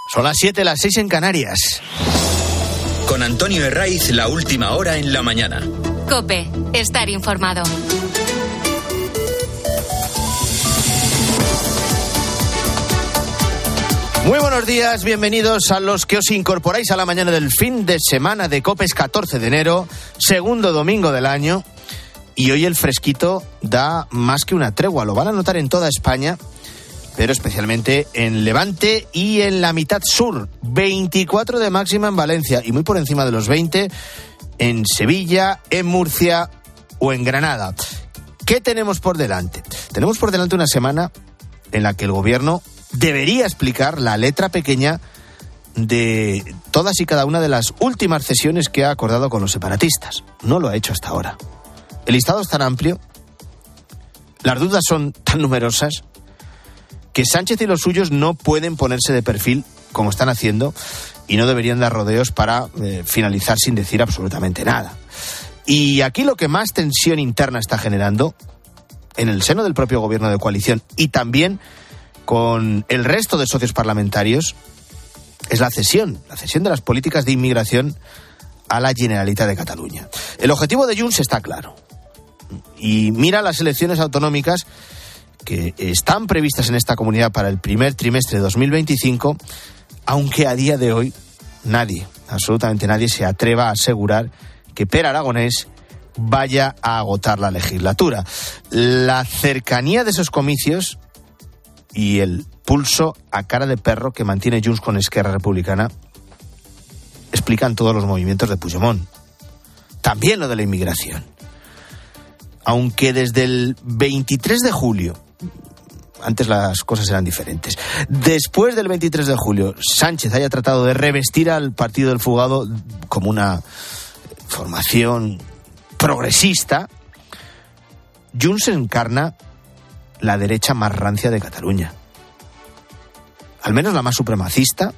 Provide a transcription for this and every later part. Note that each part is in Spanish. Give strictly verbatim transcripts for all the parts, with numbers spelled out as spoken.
Son las siete, las seis en Canarias. Con Antonio Herraiz, la última hora en la mañana. COPE, estar informado. Muy buenos días, bienvenidos a los que os incorporáis a la mañana del fin de semana de COPE. Es catorce de enero, segundo domingo del año, y hoy el fresquito da más que una tregua. Lo van a notar en toda España, pero especialmente en Levante y en la mitad sur. veinticuatro de máxima en Valencia y muy por encima de los veinte en Sevilla, en Murcia o en Granada. ¿Qué tenemos por delante? Tenemos por delante una semana en la que el gobierno debería explicar la letra pequeña de todas y cada una de las últimas cesiones que ha acordado con los separatistas. No lo ha hecho hasta ahora. El listado es tan amplio, las dudas son tan numerosas, que Sánchez y los suyos no pueden ponerse de perfil como están haciendo y no deberían dar rodeos para eh, finalizar sin decir absolutamente nada. Y aquí lo que más tensión interna está generando, en el seno del propio gobierno de coalición y también con el resto de socios parlamentarios, es la cesión, la cesión de las políticas de inmigración a la Generalitat de Cataluña. El objetivo de Junts está claro. Y mira las elecciones autonómicas que están previstas en esta comunidad para el primer trimestre de dos mil veinticinco, aunque a día de hoy nadie, absolutamente nadie, se atreva a asegurar que Pere Aragonés vaya a agotar la legislatura. La cercanía de esos comicios y el pulso a cara de perro que mantiene Junts con Esquerra Republicana explican todos los movimientos de Puigdemont. También lo de la inmigración. Aunque desde el veintitrés de julio, antes las cosas eran diferentes, después del veintitrés de julio, Sánchez haya tratado de revestir al Partido del Fugado como una formación progresista, Junts encarna la derecha más rancia de Cataluña. Al menos la más supremacista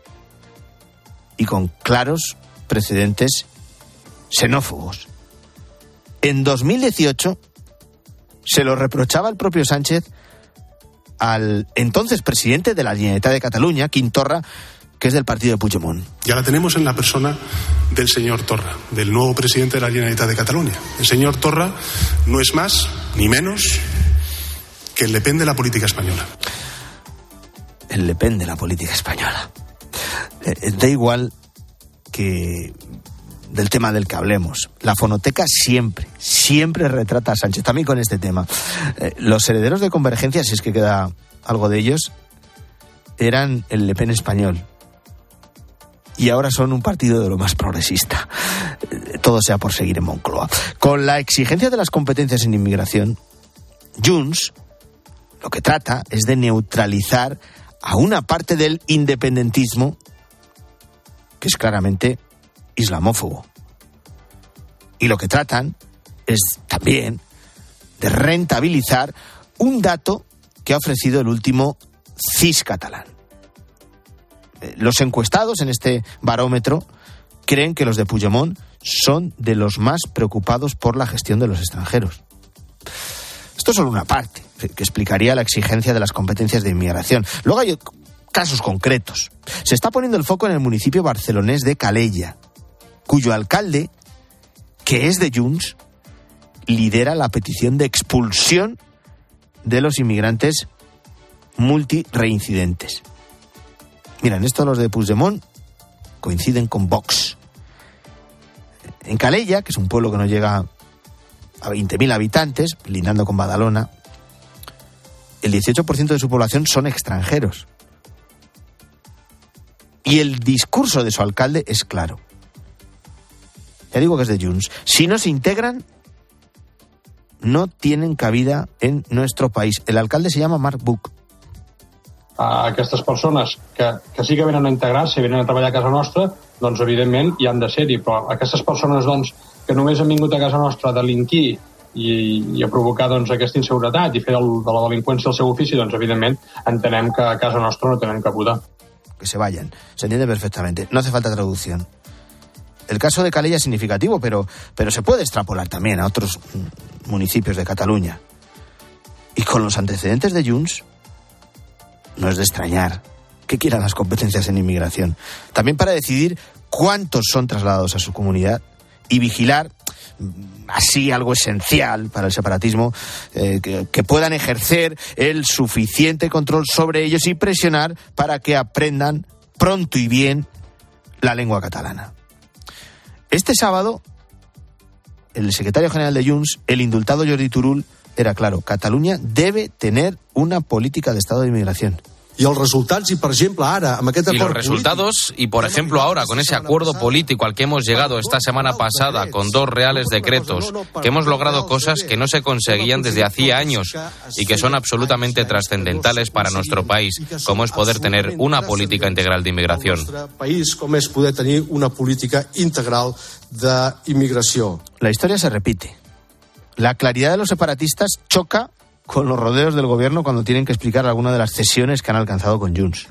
y con claros precedentes xenófobos. En dos mil dieciocho se lo reprochaba el propio Sánchez al entonces presidente de la Generalitat de Cataluña, Quim Torra, que es del partido de Puigdemont. Ya la tenemos en la persona del señor Torra, del nuevo presidente de la Generalitat de Cataluña. El señor Torra no es más ni menos que el Le Pen de la política española. El Le Pen de la política española. Eh, da igual que del tema del que hablemos. La fonoteca siempre, siempre retrata a Sánchez, también con este tema. Eh, los herederos de Convergencia, si es que queda algo de ellos, eran el Le Pen español. Y ahora son un partido de lo más progresista. Eh, todo sea por seguir en Moncloa. Con la exigencia de las competencias en inmigración, Junts lo que trata es de neutralizar a una parte del independentismo que es claramente islamófobo. Y lo que tratan es también de rentabilizar un dato que ha ofrecido el último C I S catalán. Los encuestados en este barómetro creen que los de Puigdemont son de los más preocupados por la gestión de los extranjeros. Esto es solo una parte que explicaría la exigencia de las competencias de inmigración. Luego hay casos concretos. Se está poniendo el foco en el municipio barcelonés de Calella, cuyo alcalde, que es de Junts, lidera la petición de expulsión de los inmigrantes multireincidentes. Mira, en esto los de Puigdemont coinciden con Vox. En Calella, que es un pueblo que no llega a veinte mil habitantes, lindando con Badalona, el dieciocho por ciento de su población son extranjeros. Y el discurso de su alcalde es claro. Ya digo que es de Junts. Si no se integran, no tienen cabida en nuestro país. El alcalde se llama Marc Buch. A aquestes persones que, que sí que venen a integrar-se, venen a treballar a casa nostra, doncs evidentment hi han de ser-hi, però aquestes persones doncs, que només han vingut a casa nostra a delinquir i, i a provocar doncs, aquesta inseguretat i fer el, de la delinqüència el seu ofici, doncs evidentment entenem que a casa nostra no tenen que votar. Que se vayan, se entiende perfectamente, no hace falta traducción. El caso de Calella es significativo, pero, pero se puede extrapolar también a otros municipios de Cataluña. Y con los antecedentes de Junts, no es de extrañar que quieran las competencias en inmigración. También para decidir cuántos son trasladados a su comunidad y vigilar así algo esencial para el separatismo, eh, que, que puedan ejercer el suficiente control sobre ellos y presionar para que aprendan pronto y bien la lengua catalana. Este sábado, el secretario general de Junts, el indultado Jordi Turull, era claro: Catalunya debe tener una política de Estado de inmigración. Y los resultados, y por ejemplo ahora, y los resultados, y por ejemplo ahora, con ese acuerdo político al que hemos llegado esta semana pasada, con dos reales decretos, que hemos logrado cosas que no se conseguían desde hacía años y que son absolutamente trascendentales para nuestro país, como es poder tener una política integral de inmigración. país, como es poder tener una política integral de inmigración. La historia se repite. La claridad de los separatistas choca con los rodeos del gobierno cuando tienen que explicar alguna de las cesiones que han alcanzado con Junts.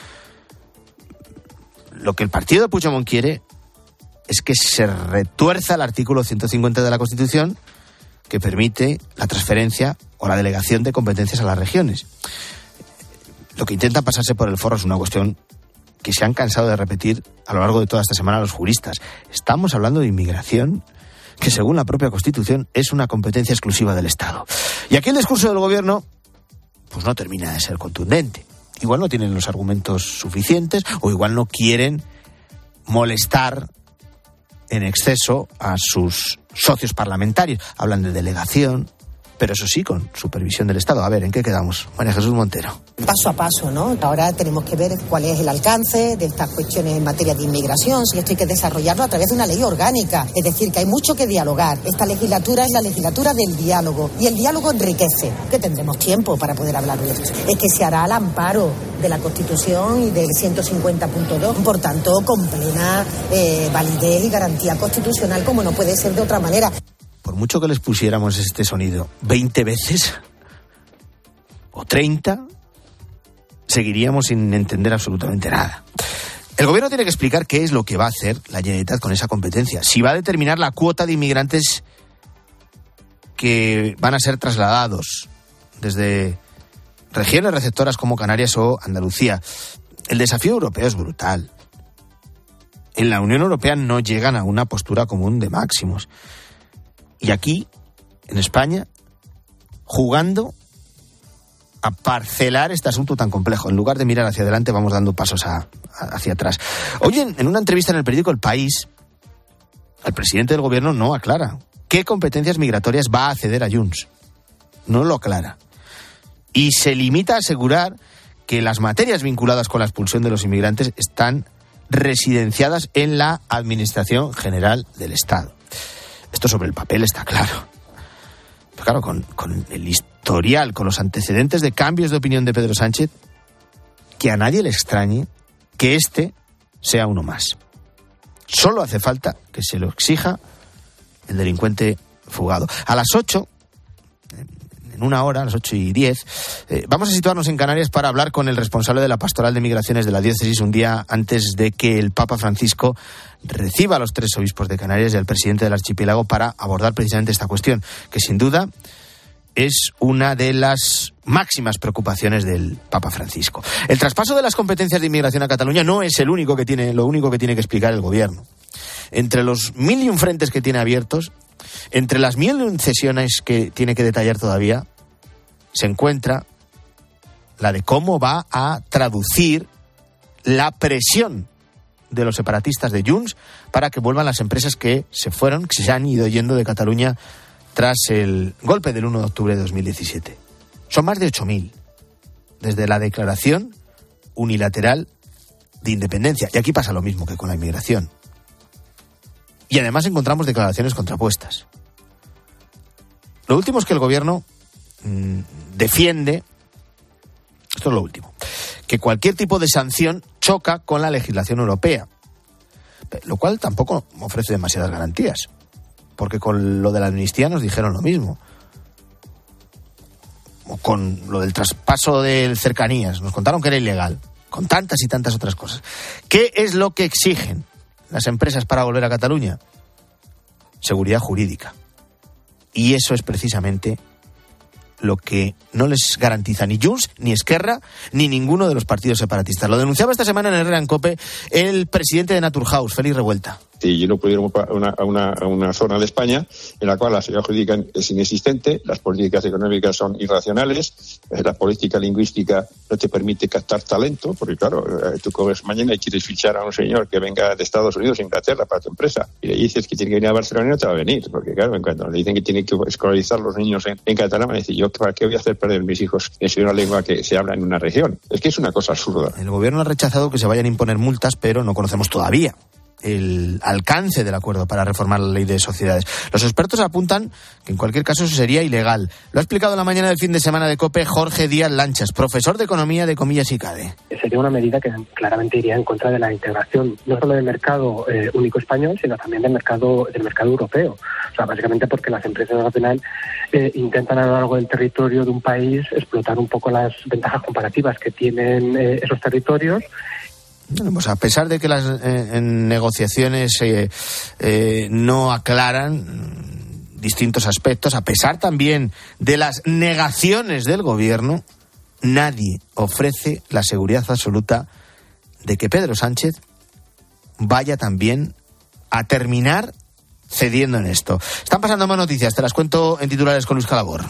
Lo que el partido de Puigdemont quiere es que se retuerza el artículo ciento cincuenta de la Constitución, que permite la transferencia o la delegación de competencias a las regiones. Lo que intentan pasarse por el forro es una cuestión que se han cansado de repetir a lo largo de toda esta semana los juristas. Estamos hablando de inmigración, que según la propia Constitución es una competencia exclusiva del Estado. Y aquí el discurso del gobierno pues no termina de ser contundente. Igual no tienen los argumentos suficientes o igual no quieren molestar en exceso a sus socios parlamentarios. Hablan de delegación, pero eso sí, con supervisión del Estado. A ver, ¿en qué quedamos? María Jesús Montero. Paso a paso, ¿no? Ahora tenemos que ver cuál es el alcance de estas cuestiones en materia de inmigración, si esto hay que desarrollarlo a través de una ley orgánica. Es decir, que hay mucho que dialogar. Esta legislatura es la legislatura del diálogo y el diálogo enriquece. Que tendremos tiempo para poder hablar de esto. Es que se hará al amparo de la Constitución y del ciento cincuenta punto dos, por tanto, con plena eh, validez y garantía constitucional, como no puede ser de otra manera. Por mucho que les pusiéramos este sonido veinte veces o treinta, seguiríamos sin entender absolutamente nada. El gobierno tiene que explicar qué es lo que va a hacer la Generalitat con esa competencia. Si va a determinar la cuota de inmigrantes que van a ser trasladados desde regiones receptoras como Canarias o Andalucía. El desafío europeo es brutal. En la Unión Europea no llegan a una postura común de máximos. Y aquí, en España, jugando a parcelar este asunto tan complejo. En lugar de mirar hacia adelante, vamos dando pasos a, a, hacia atrás. Hoy, en, en una entrevista en el periódico El País, el presidente del gobierno no aclara qué competencias migratorias va a ceder a Junts. No lo aclara. Y se limita a asegurar que las materias vinculadas con la expulsión de los inmigrantes están residenciadas en la Administración General del Estado. Esto sobre el papel está claro. Pero claro, con, con el historial, con los antecedentes de cambios de opinión de Pedro Sánchez, que a nadie le extrañe que este sea uno más. Solo hace falta que se lo exija el delincuente fugado. A las ocho, en una hora, a las ocho y diez, eh, vamos a situarnos en Canarias para hablar con el responsable de la Pastoral de Migraciones de la diócesis un día antes de que el Papa Francisco reciba a los tres obispos de Canarias y al presidente del archipiélago para abordar precisamente esta cuestión, que sin duda es una de las máximas preocupaciones del Papa Francisco. El traspaso de las competencias de inmigración a Cataluña no es el único que tiene, lo único que tiene que explicar el gobierno. Entre los mil y un frentes que tiene abiertos, entre las mil y un cesiones que tiene que detallar todavía, se encuentra la de cómo va a traducir la presión de los separatistas de Junts para que vuelvan las empresas que se fueron, que se han ido yendo de Cataluña tras el golpe del uno de octubre de dos mil diecisiete. Son más de ocho mil, desde la declaración unilateral de independencia. Y aquí pasa lo mismo que con la inmigración. Y además encontramos declaraciones contrapuestas. Lo último es que el gobierno mmm, defiende, esto es lo último, que cualquier tipo de sanción choca con la legislación europea, lo cual tampoco ofrece demasiadas garantías, porque con lo de la amnistía nos dijeron lo mismo, o con lo del traspaso de cercanías, nos contaron que era ilegal, con tantas y tantas otras cosas. ¿Qué es lo que exigen las empresas para volver a Cataluña? Seguridad jurídica. Y eso es precisamente lo que no les garantiza ni Junts, ni Esquerra, ni ninguno de los partidos separatistas. Lo denunciaba esta semana en Herrera en COPE el presidente de Naturhaus, Félix Revuelta. Si no pudiéramos a una, a, una, a una zona de España en la cual la seguridad jurídica es inexistente, las políticas económicas son irracionales, la política lingüística no te permite captar talento, porque claro, tú coges mañana y quieres fichar a un señor que venga de Estados Unidos o Inglaterra para tu empresa y le dices que tiene que venir a Barcelona y no te va a venir, porque claro, en cuanto le dicen que tiene que escolarizar los niños en, en catalán, me dice, ¿yo para qué voy a hacer perder mis hijos en una lengua que se habla en una región? Es que es una cosa absurda. El gobierno ha rechazado que se vayan a imponer multas, pero no conocemos todavía el alcance del acuerdo para reformar la ley de sociedades. Los expertos apuntan que en cualquier caso eso sería ilegal. Lo ha explicado en la mañana del fin de semana de COPE Jorge Díaz Lanchas, profesor de Economía de Comillas y CADE. Sería una medida que claramente iría en contra de la integración, no solo del mercado eh, único español, sino también del mercado del mercado europeo. O sea, básicamente porque las empresas al final eh, intentan a lo largo del territorio de un país explotar un poco las ventajas comparativas que tienen eh, esos territorios. Bueno, pues a pesar de que las eh, en negociaciones eh, eh, no aclaran distintos aspectos, a pesar también de las negaciones del gobierno, nadie ofrece la seguridad absoluta de que Pedro Sánchez vaya también a terminar cediendo en esto. Están pasando más noticias, te las cuento en titulares con Luis Calabor.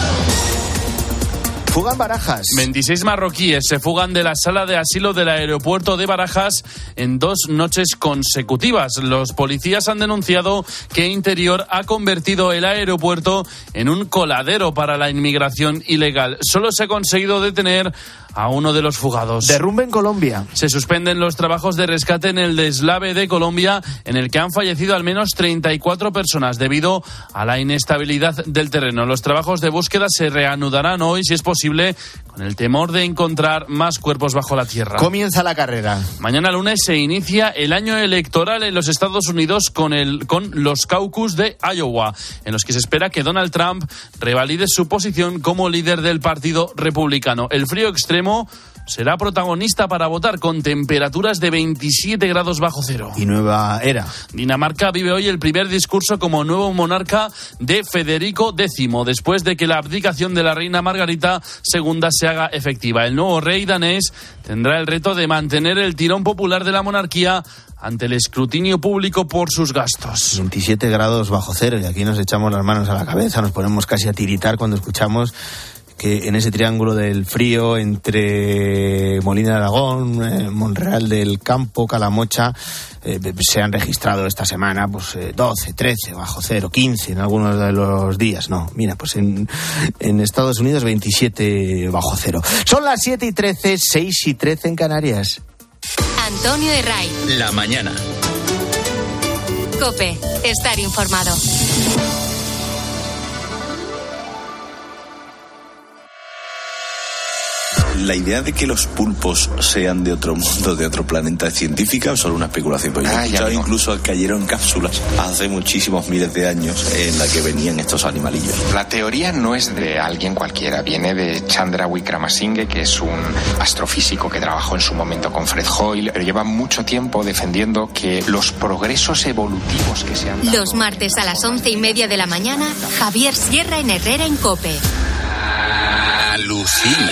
Fugan Barajas. veintiséis marroquíes se fugan de la sala de asilo del aeropuerto de Barajas en dos noches consecutivas. Los policías han denunciado que Interior ha convertido el aeropuerto en un coladero para la inmigración ilegal. Solo se ha conseguido detener a uno de los fugados. Derrumbe en Colombia. Se suspenden los trabajos de rescate en el deslave de Colombia, en el que han fallecido al menos treinta y cuatro personas debido a la inestabilidad del terreno. Los trabajos de búsqueda se reanudarán hoy, si es posible, con el temor de encontrar más cuerpos bajo la tierra. Comienza la carrera. Mañana lunes se inicia el año electoral en los Estados Unidos con, el, con los caucus de Iowa, en los que se espera que Donald Trump revalide su posición como líder del Partido Republicano. El frío extremo será protagonista para votar, con temperaturas de veintisiete grados bajo cero. Y nueva era. Dinamarca vive hoy el primer discurso como nuevo monarca de Federico décimo, después de que la abdicación de la reina Margarita segunda se haga efectiva. El nuevo rey danés tendrá el reto de mantener el tirón popular de la monarquía ante el escrutinio público por sus gastos. veintisiete grados bajo cero, y aquí nos echamos las manos a la cabeza, nos ponemos casi a tiritar cuando escuchamos que en ese triángulo del frío entre Molina de Aragón, eh, Monreal del Campo, Calamocha, eh, se han registrado esta semana pues eh, doce, trece bajo cero, quince en algunos de los días. No, mira, pues en, en Estados Unidos veintisiete bajo cero. Son las siete y trece, seis y trece en Canarias. Antonio Herray. La mañana. COPE. Estar informado. ¿La idea de que los pulpos sean de otro mundo, de otro planeta, es científica o solo una especulación? Porque ah, he escuchado no. incluso cayeron cápsulas hace muchísimos miles de años en la que venían estos animalillos. La teoría no es de alguien cualquiera, viene de Chandra Wickramasinghe, que es un astrofísico que trabajó en su momento con Fred Hoyle, pero lleva mucho tiempo defendiendo que los progresos evolutivos que se han dado... Los martes a las once y media de la mañana, Javier Sierra en Herrera en COPE. Alucina.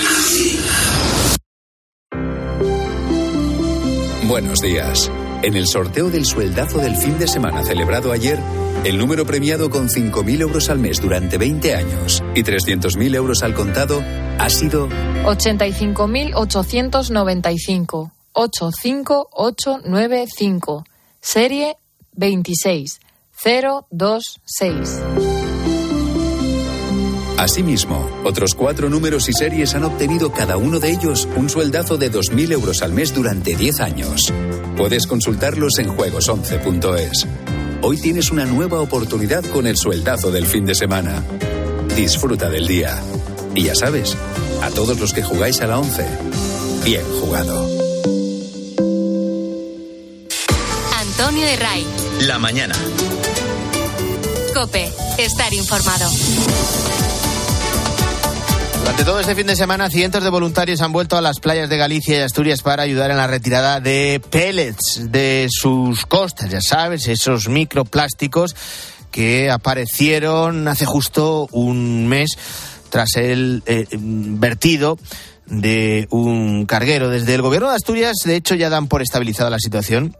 Buenos días. En el sorteo del sueldazo del fin de semana celebrado ayer, el número premiado con cinco mil euros al mes durante veinte años y trescientos mil euros al contado ha sido ochenta y cinco mil ochocientos noventa y cinco. ocho cinco ocho nueve cinco. Serie veintiséis cero dos seis. Asimismo, otros cuatro números y series han obtenido cada uno de ellos un sueldazo de dos mil euros al mes durante diez años. Puedes consultarlos en juegos once punto es. Hoy tienes una nueva oportunidad con el sueldazo del fin de semana. Disfruta del día. Y ya sabes, a todos los que jugáis a la once, bien jugado. Antonio Herray. La mañana. COPE. Estar informado. Durante todo este fin de semana, cientos de voluntarios han vuelto a las playas de Galicia y Asturias para ayudar en la retirada de pellets de sus costas. Ya sabes, esos microplásticos que aparecieron hace justo un mes tras el eh, vertido de un carguero. Desde el gobierno de Asturias, de hecho, ya dan por estabilizada la situación,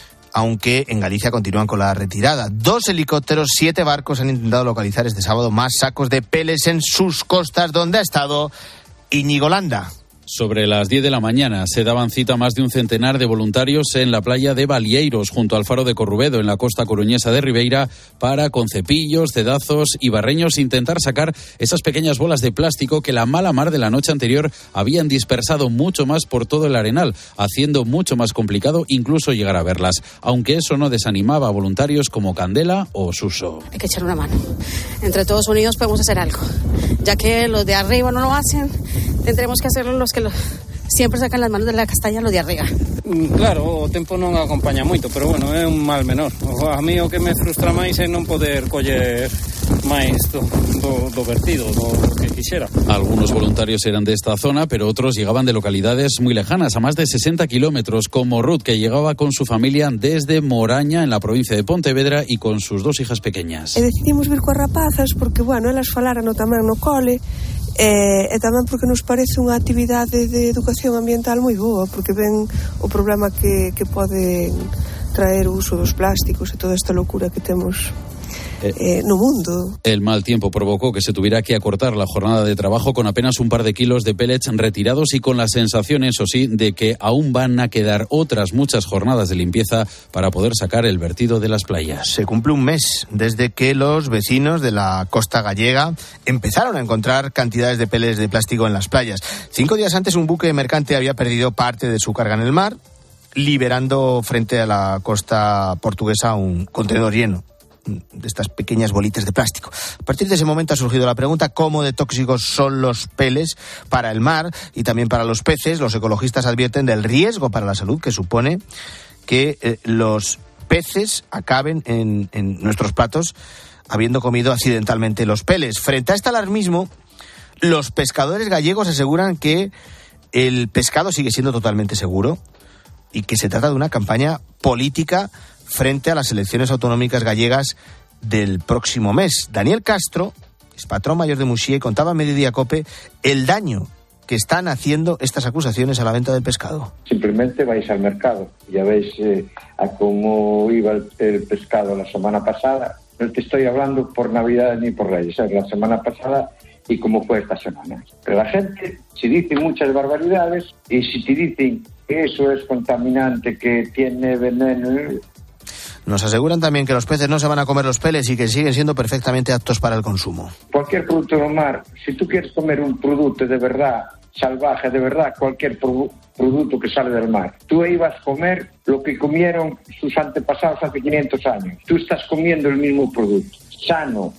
aunque en Galicia continúan con la retirada. Dos helicópteros, siete barcos han intentado localizar este sábado más sacos de peles en sus costas, donde ha estado Íñigo Landa. Sobre las diez de la mañana se daban cita más de un centenar de voluntarios en la playa de Balieiros, junto al faro de Corrubedo, en la costa coruñesa de Ribeira, para con cepillos, cedazos y barreños intentar sacar esas pequeñas bolas de plástico que la mala mar de la noche anterior habían dispersado mucho más por todo el arenal, haciendo mucho más complicado incluso llegar a verlas, aunque eso no desanimaba a voluntarios como Candela o Suso. Hay que echar una mano. Entre todos unidos podemos hacer algo. Ya que los de arriba no lo hacen, tendremos que hacerlo los que lo, siempre sacan las manos de la castaña, los de arriba. Claro, o tempo non acompaña moito, pero bueno, é un mal menor. A mí o que me frustra máis é non poder coller máis do, do, do vertido, do, do que quixera. Algunos voluntarios eran de esta zona, pero otros llegaban de localidades muy lejanas, a más de sesenta kilómetros, como Ruth, que llegaba con su familia desde Moraña, en la provincia de Pontevedra, y con sus dos hijas pequeñas. E decidimos vir coas rapazas porque, bueno, elas falaran tamén no cole, E, e tamén porque nos parece unha actividade de educación ambiental moi boa, porque ven o problema que, que pode traer o uso dos plásticos e toda esta locura que temos eh, no mundo. El mal tiempo provocó que se tuviera que acortar la jornada de trabajo con apenas un par de kilos de pellets retirados y con la sensación, eso sí, de que aún van a quedar otras muchas jornadas de limpieza para poder sacar el vertido de las playas. Se cumple un mes desde que los vecinos de la costa gallega empezaron a encontrar cantidades de pellets de plástico en las playas. Cinco días antes, un buque mercante había perdido parte de su carga en el mar, liberando frente a la costa portuguesa un contenedor lleno de estas pequeñas bolitas de plástico. A partir de ese momento ha surgido la pregunta: ¿cómo de tóxicos son los peles para el mar y también para los peces? Los ecologistas advierten del riesgo para la salud que supone que eh, los peces acaben en, en nuestros platos habiendo comido accidentalmente los peles. Frente a este alarmismo, los pescadores gallegos aseguran que el pescado sigue siendo totalmente seguro y que se trata de una campaña política frente a las elecciones autonómicas gallegas del próximo mes. Daniel Castro es patrón mayor de Muxía y contaba a Mediodía Cope el daño que están haciendo estas acusaciones a la venta del pescado. Simplemente vais al mercado, ya veis eh, a cómo iba el, el pescado la semana pasada. No te estoy hablando por Navidad ni por Reyes, es la semana pasada y cómo fue esta semana. Pero la gente, si dice muchas barbaridades y si te dicen que eso es contaminante, que tiene veneno. Nos aseguran también que los peces no se van a comer los peles y que siguen siendo perfectamente aptos para el consumo. Cualquier producto del mar, si tú quieres comer un producto de verdad, salvaje, de verdad, cualquier pro- producto que sale del mar, tú ibas a comer lo que comieron sus antepasados hace quinientos años. Tú estás comiendo el mismo producto, sano.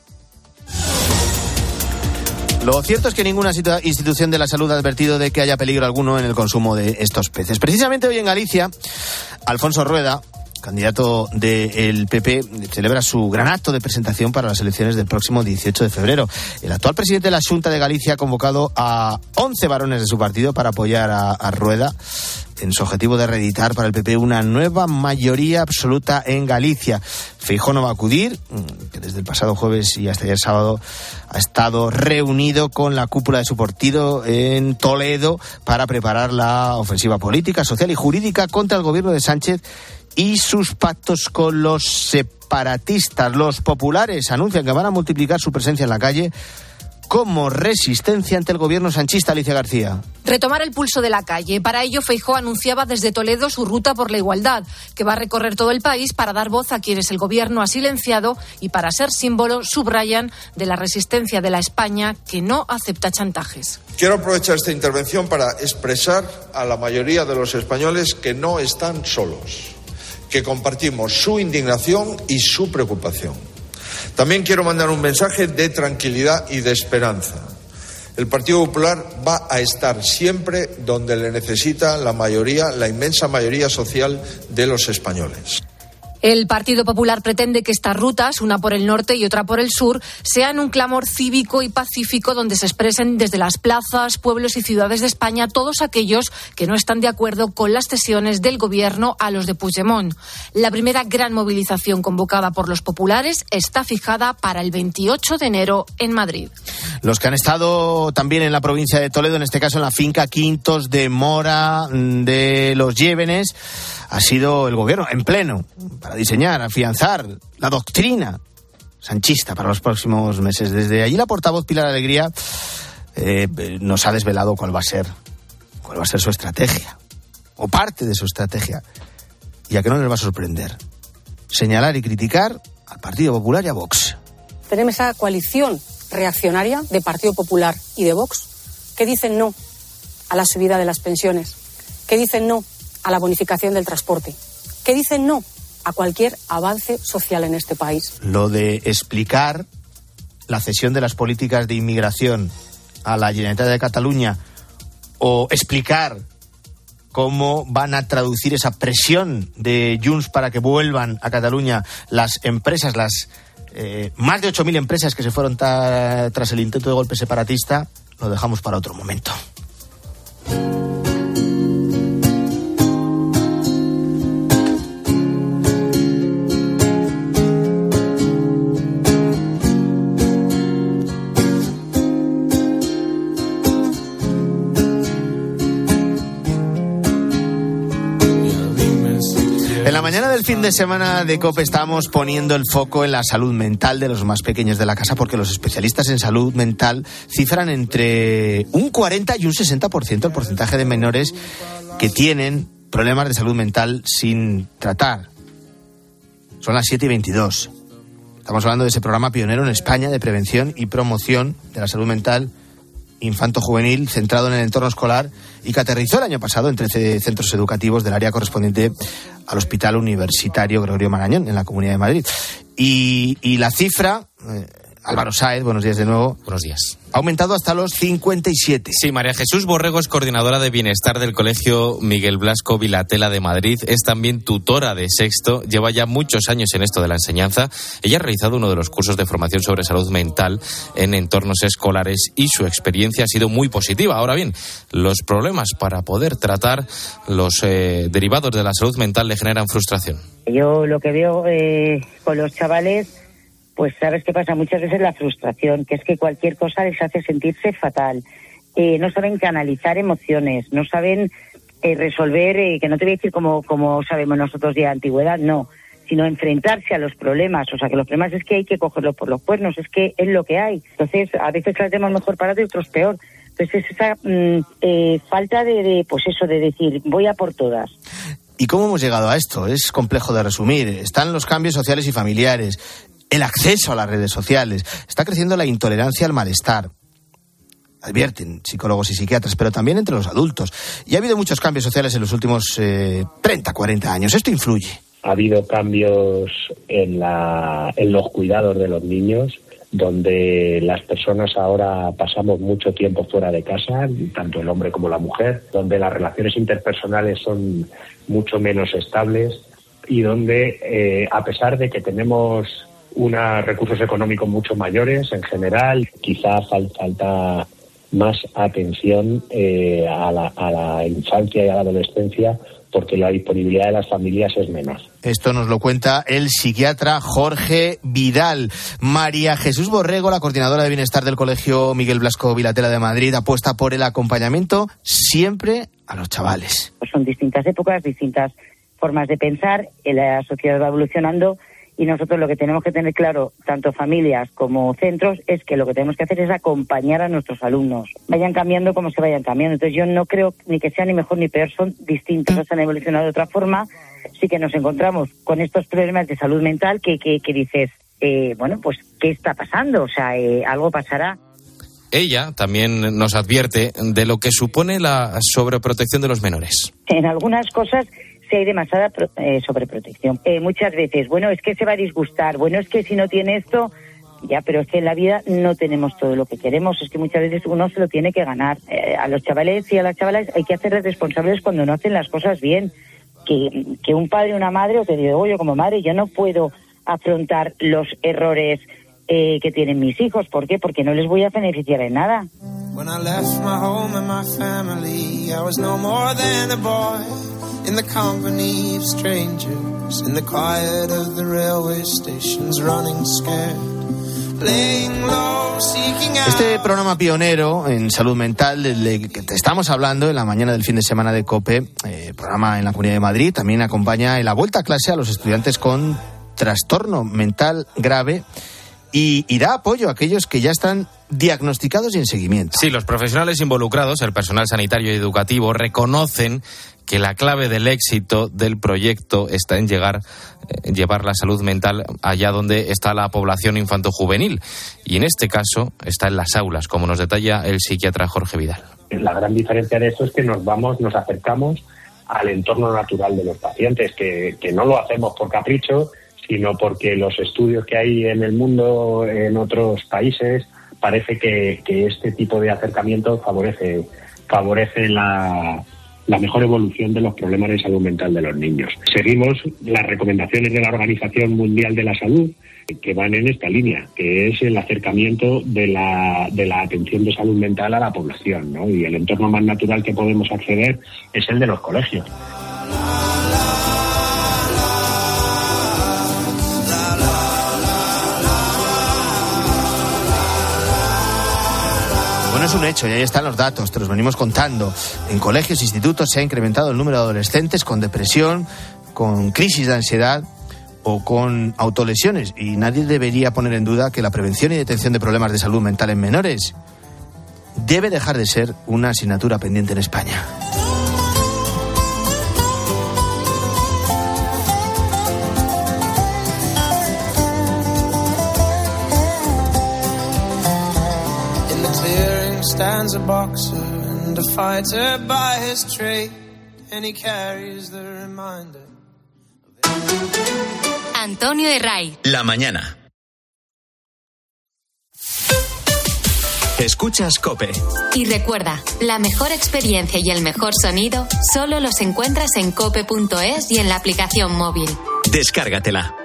Lo cierto es que ninguna institución de la salud ha advertido de que haya peligro alguno en el consumo de estos peces. Precisamente hoy en Galicia, Alfonso Rueda, candidato del P P, celebra su gran acto de presentación para las elecciones del próximo dieciocho de febrero. El actual presidente de la Xunta de Galicia ha convocado a once varones de su partido para apoyar a, a Rueda en su objetivo de reeditar para el P P una nueva mayoría absoluta en Galicia. Feijóo no va a acudir, que desde el pasado jueves y hasta ayer sábado ha estado reunido con la cúpula de su partido en Toledo para preparar la ofensiva política, social y jurídica contra el gobierno de Sánchez y sus pactos con los separatistas. Los populares anuncian que van a multiplicar su presencia en la calle como resistencia ante el gobierno sanchista. Alicia García. Retomar el pulso de la calle. Para ello, Feijóo anunciaba desde Toledo su ruta por la igualdad, que va a recorrer todo el país para dar voz a quienes el gobierno ha silenciado y para ser símbolo, subrayan, de la resistencia de la España que no acepta chantajes. Quiero aprovechar esta intervención para expresar a la mayoría de los españoles que no están solos, que compartimos su indignación y su preocupación. También quiero mandar un mensaje de tranquilidad y de esperanza. El Partido Popular va a estar siempre donde le necesita la mayoría, la inmensa mayoría social de los españoles. El Partido Popular pretende que estas rutas, una por el norte y otra por el sur, sean un clamor cívico y pacífico donde se expresen desde las plazas, pueblos y ciudades de España todos aquellos que no están de acuerdo con las cesiones del gobierno a los de Puigdemont. La primera gran movilización convocada por los populares está fijada para el veintiocho de enero en Madrid. Los que han estado también en la provincia de Toledo, en este caso en la finca Quintos de Mora de los Llévenes, ha sido el gobierno en pleno para diseñar, afianzar la doctrina sanchista para los próximos meses. Desde allí la portavoz Pilar Alegría eh, nos ha desvelado cuál va a ser, cuál va a ser su estrategia, o parte de su estrategia, y a que no les va a sorprender: señalar y criticar al Partido Popular y a Vox. Tenemos esa coalición reaccionaria de Partido Popular y de Vox que dicen no a la subida de las pensiones, que dicen no a la bonificación del transporte, que dicen no a cualquier avance social en este país. Lo de explicar la cesión de las políticas de inmigración a la Generalitat de Cataluña, o explicar cómo van a traducir esa presión de Junts para que vuelvan a Cataluña las empresas, las eh, más de ocho mil empresas que se fueron ta- tras el intento de golpe separatista, lo dejamos para otro momento. En la mañana del fin de semana de COPE estamos poniendo el foco en la salud mental de los más pequeños de la casa, porque los especialistas en salud mental cifran entre un cuarenta y un sesenta por ciento el porcentaje de menores que tienen problemas de salud mental sin tratar. Son las siete y veintidós. Estamos hablando de ese programa pionero en España de prevención y promoción de la salud mental infanto-juvenil centrado en el entorno escolar, y que aterrizó el año pasado en trece centros educativos del área correspondiente al Hospital Universitario Gregorio Marañón, en la Comunidad de Madrid. Y, y la cifra, eh, Álvaro Sáez, buenos días de nuevo. Buenos días. Ha aumentado hasta los cincuenta y siete. Sí, María Jesús Borrego es coordinadora de bienestar del Colegio Miguel Blasco Vilatela de Madrid. Es también tutora de sexto. Lleva ya muchos años en esto de la enseñanza. Ella ha realizado uno de los cursos de formación sobre salud mental en entornos escolares y su experiencia ha sido muy positiva. Ahora bien, los problemas para poder tratar los eh, derivados de la salud mental le generan frustración. Yo lo que veo eh, con los chavales, pues sabes qué pasa, muchas veces la frustración, que es que cualquier cosa les hace sentirse fatal. Eh, no saben canalizar emociones, no saben eh, resolver, eh, que no te voy a decir como, como sabemos nosotros de antigüedad, no, sino enfrentarse a los problemas. O sea, que los problemas es que hay que cogerlos por los cuernos, es que es lo que hay. Entonces, a veces las tenemos mejor parados y otros peor. Entonces, es esa mm, eh, falta de, de, pues eso, de decir, voy a por todas. ¿Y cómo hemos llegado a esto? Es complejo de resumir. Están los cambios sociales y familiares, el acceso a las redes sociales, está creciendo la intolerancia al malestar. Advierten psicólogos y psiquiatras, pero también entre los adultos. Y ha habido muchos cambios sociales en los últimos eh, treinta, cuarenta años. Esto influye. Ha habido cambios en, la, en los cuidados de los niños, donde las personas ahora pasamos mucho tiempo fuera de casa, tanto el hombre como la mujer, donde las relaciones interpersonales son mucho menos estables y donde, eh, a pesar de que tenemos unos recursos económicos mucho mayores en general, quizá fal- falta más atención eh, a, la, a la infancia y a la adolescencia, porque la disponibilidad de las familias es menor. Esto nos lo cuenta el psiquiatra Jorge Vidal. María Jesús Borrego, la coordinadora de bienestar del Colegio Miguel Blasco Vilatela de Madrid, apuesta por el acompañamiento siempre a los chavales. Pues son distintas épocas, distintas formas de pensar, la sociedad va evolucionando y nosotros lo que tenemos que tener claro, tanto familias como centros, es que lo que tenemos que hacer es acompañar a nuestros alumnos. Vayan cambiando como se vayan cambiando. Entonces yo no creo ni que sea ni mejor ni peor, son distintos, han evolucionado de otra forma. Sí que nos encontramos con estos problemas de salud mental que, que, que dices, eh, bueno, pues ¿qué está pasando? O sea, eh, algo pasará. Ella también nos advierte de lo que supone la sobreprotección de los menores. En algunas cosas sí hay demasiada pro, eh, sobreprotección. Eh, muchas veces, bueno, es que se va a disgustar, bueno, es que si no tiene esto, ya, pero es que en la vida no tenemos todo lo que queremos, es que muchas veces uno se lo tiene que ganar. Eh, a los chavales y a las chavalas hay que hacerles responsables cuando no hacen las cosas bien. que, que un padre o una madre, o te digo yo como madre, yo no puedo afrontar los errores eh, que tienen mis hijos. ¿Por qué? Porque no les voy a beneficiar en nada. When I left my home and my family, I was no more than a boy in the company of strangers, in the quiet of the railway stations, running scared, laying low, seeking out. Este programa pionero en salud mental del que te estamos hablando en la mañana del fin de semana de COPE, eh, programa en la Comunidad de Madrid, también acompaña en la vuelta a clase a los estudiantes con trastorno mental grave y, y da apoyo a aquellos que ya están diagnosticados y en seguimiento. Sí, los profesionales involucrados, el personal sanitario y educativo, reconocen que la clave del éxito del proyecto está en llegar, eh, llevar la salud mental allá donde está la población infantojuvenil. Y en este caso está en las aulas, como nos detalla el psiquiatra Jorge Vidal. La gran diferencia de esto es que nos vamos, nos acercamos al entorno natural de los pacientes, que, que no lo hacemos por capricho, sino porque los estudios que hay en el mundo, en otros países, parece que, que este tipo de acercamiento favorece, favorece la, la mejor evolución de los problemas de salud mental de los niños. Seguimos las recomendaciones de la Organización Mundial de la Salud, que van en esta línea, que es el acercamiento de la, de la atención de salud mental a la población, ¿no? Y el entorno más natural que podemos acceder es el de los colegios. Bueno, es un hecho y ahí están los datos, te los venimos contando. En colegios e institutos se ha incrementado el número de adolescentes con depresión, con crisis de ansiedad o con autolesiones, y nadie debería poner en duda que la prevención y detección de problemas de salud mental en menores debe dejar de ser una asignatura pendiente en España. Stands a boxer and a fighter by his trade, and he carries the reminder. Antonio Herray. La mañana. Escuchas COPE. Y recuerda, la mejor experiencia y el mejor sonido solo los encuentras en cope punto es y en la aplicación móvil. Descárgatela.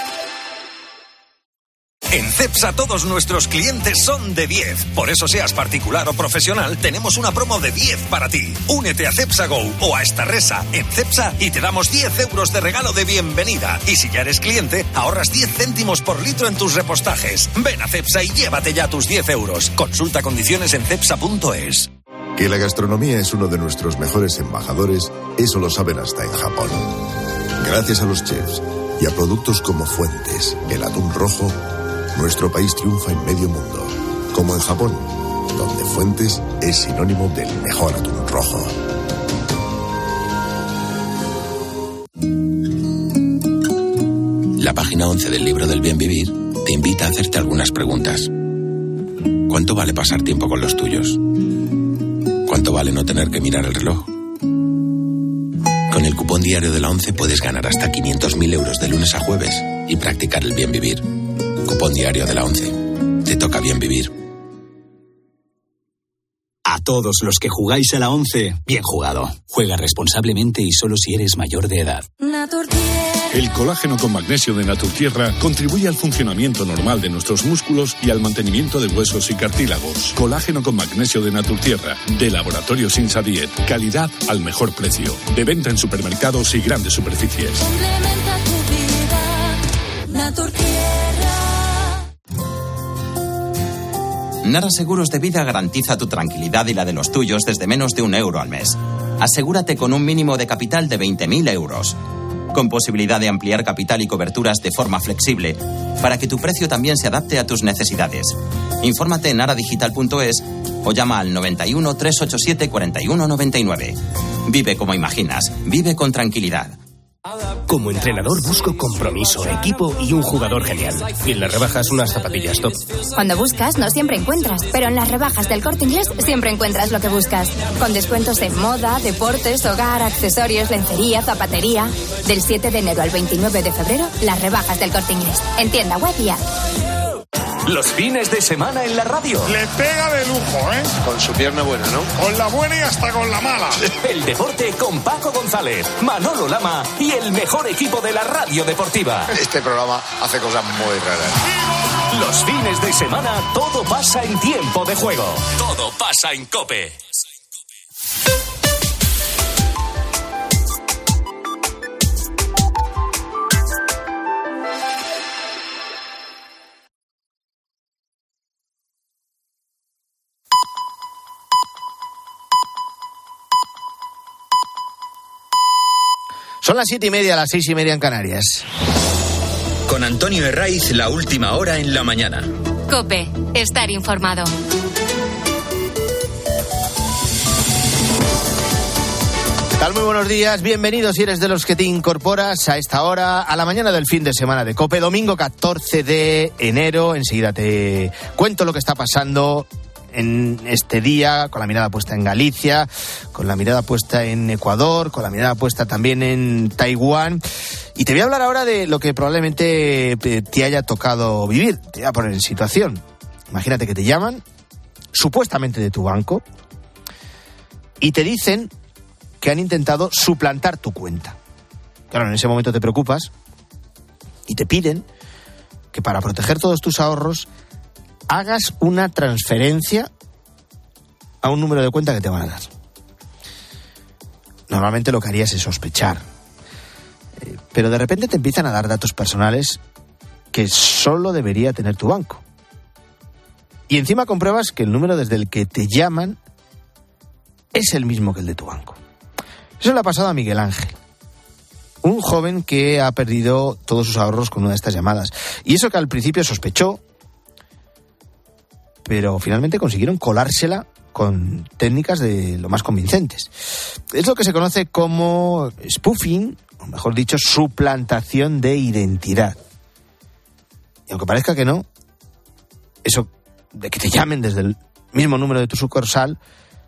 En Cepsa todos nuestros clientes son de diez. Por eso, seas particular o profesional, tenemos una promo de diez para ti. Únete a Cepsa Go o a Starresa en Cepsa y te damos diez euros de regalo de bienvenida. Y si ya eres cliente, ahorras diez céntimos por litro en tus repostajes. Ven a Cepsa y llévate ya tus diez euros. Consulta condiciones en cepsa punto es. Que la gastronomía es uno de nuestros mejores embajadores, eso lo saben hasta en Japón. Gracias a los chefs y a productos como Fuentes, el atún rojo, nuestro país triunfa en medio mundo, como en Japón, donde Fuentes es sinónimo del mejor atún rojo. La página once del libro del bien vivir te invita a hacerte algunas preguntas. ¿Cuánto vale pasar tiempo con los tuyos? ¿Cuánto vale no tener que mirar el reloj? Con el cupón diario de la ONCE puedes ganar hasta quinientos mil euros de lunes a jueves y practicar el bien vivir. Cupón diario de la ONCE. Te toca bien vivir. A todos los que jugáis a la ONCE, bien jugado. Juega responsablemente y solo si eres mayor de edad. El colágeno con magnesio de Naturtierra contribuye al funcionamiento normal de nuestros músculos y al mantenimiento de huesos y cartílagos. Colágeno con magnesio de Naturtierra, de Laboratorios Insadiet. Calidad al mejor precio. De venta en supermercados y grandes superficies. Complementa tu vida, Naturtierra. Nara Seguros de Vida garantiza tu tranquilidad y la de los tuyos desde menos de un euro al mes. Asegúrate con un mínimo de capital de veinte mil euros. Con posibilidad de ampliar capital y coberturas de forma flexible, para que tu precio también se adapte a tus necesidades. Infórmate en nara digital punto es o llama al noventa y uno, trescientos ochenta y siete, cuarenta y uno noventa y nueve. Vive como imaginas, vive con tranquilidad. Como entrenador busco compromiso, equipo y un jugador genial. Y en las rebajas unas zapatillas top. Cuando buscas no siempre encuentras, pero en las rebajas del Corte Inglés siempre encuentras lo que buscas. Con descuentos en moda, deportes, hogar, accesorios, lencería, zapatería. Del siete de enero al veintinueve de febrero, las rebajas del Corte Inglés. En tienda web y app. Los fines de semana en la radio. Le pega de lujo, ¿eh? Con su pierna buena, ¿no? Con la buena y hasta con la mala. El deporte con Paco González, Manolo Lama y el mejor equipo de la radio deportiva. Este programa hace cosas muy raras. Los fines de semana todo pasa en Tiempo de Juego. Todo pasa en COPE. Son las siete y media, las seis y media en Canarias. Con Antonio Herraiz, la última hora en la mañana. COPE, estar informado. ¿Qué tal? Muy buenos días, bienvenidos si eres de los que te incorporas a esta hora, a la mañana del fin de semana de COPE, domingo catorce de enero. Enseguida te cuento lo que está pasando en este día, con la mirada puesta en Galicia, con la mirada puesta en Ecuador, con la mirada puesta también en Taiwán. Y te voy a hablar ahora de lo que probablemente te haya tocado vivir. Te voy a poner en situación. Imagínate que te llaman, supuestamente de tu banco, y te dicen que han intentado suplantar tu cuenta. Claro, en ese momento te preocupas y te piden que para proteger todos tus ahorros hagas una transferencia a un número de cuenta que te van a dar. Normalmente lo que harías es sospechar. Eh, pero de repente te empiezan a dar datos personales que solo debería tener tu banco. Y encima compruebas que el número desde el que te llaman es el mismo que el de tu banco. Eso le ha pasado a Miguel Ángel, un joven que ha perdido todos sus ahorros con una de estas llamadas. Y eso que al principio sospechó, pero finalmente consiguieron colársela con técnicas de lo más convincentes. Es lo que se conoce como spoofing, o mejor dicho, suplantación de identidad. Y aunque parezca que no, eso de que te llamen desde el mismo número de tu sucursal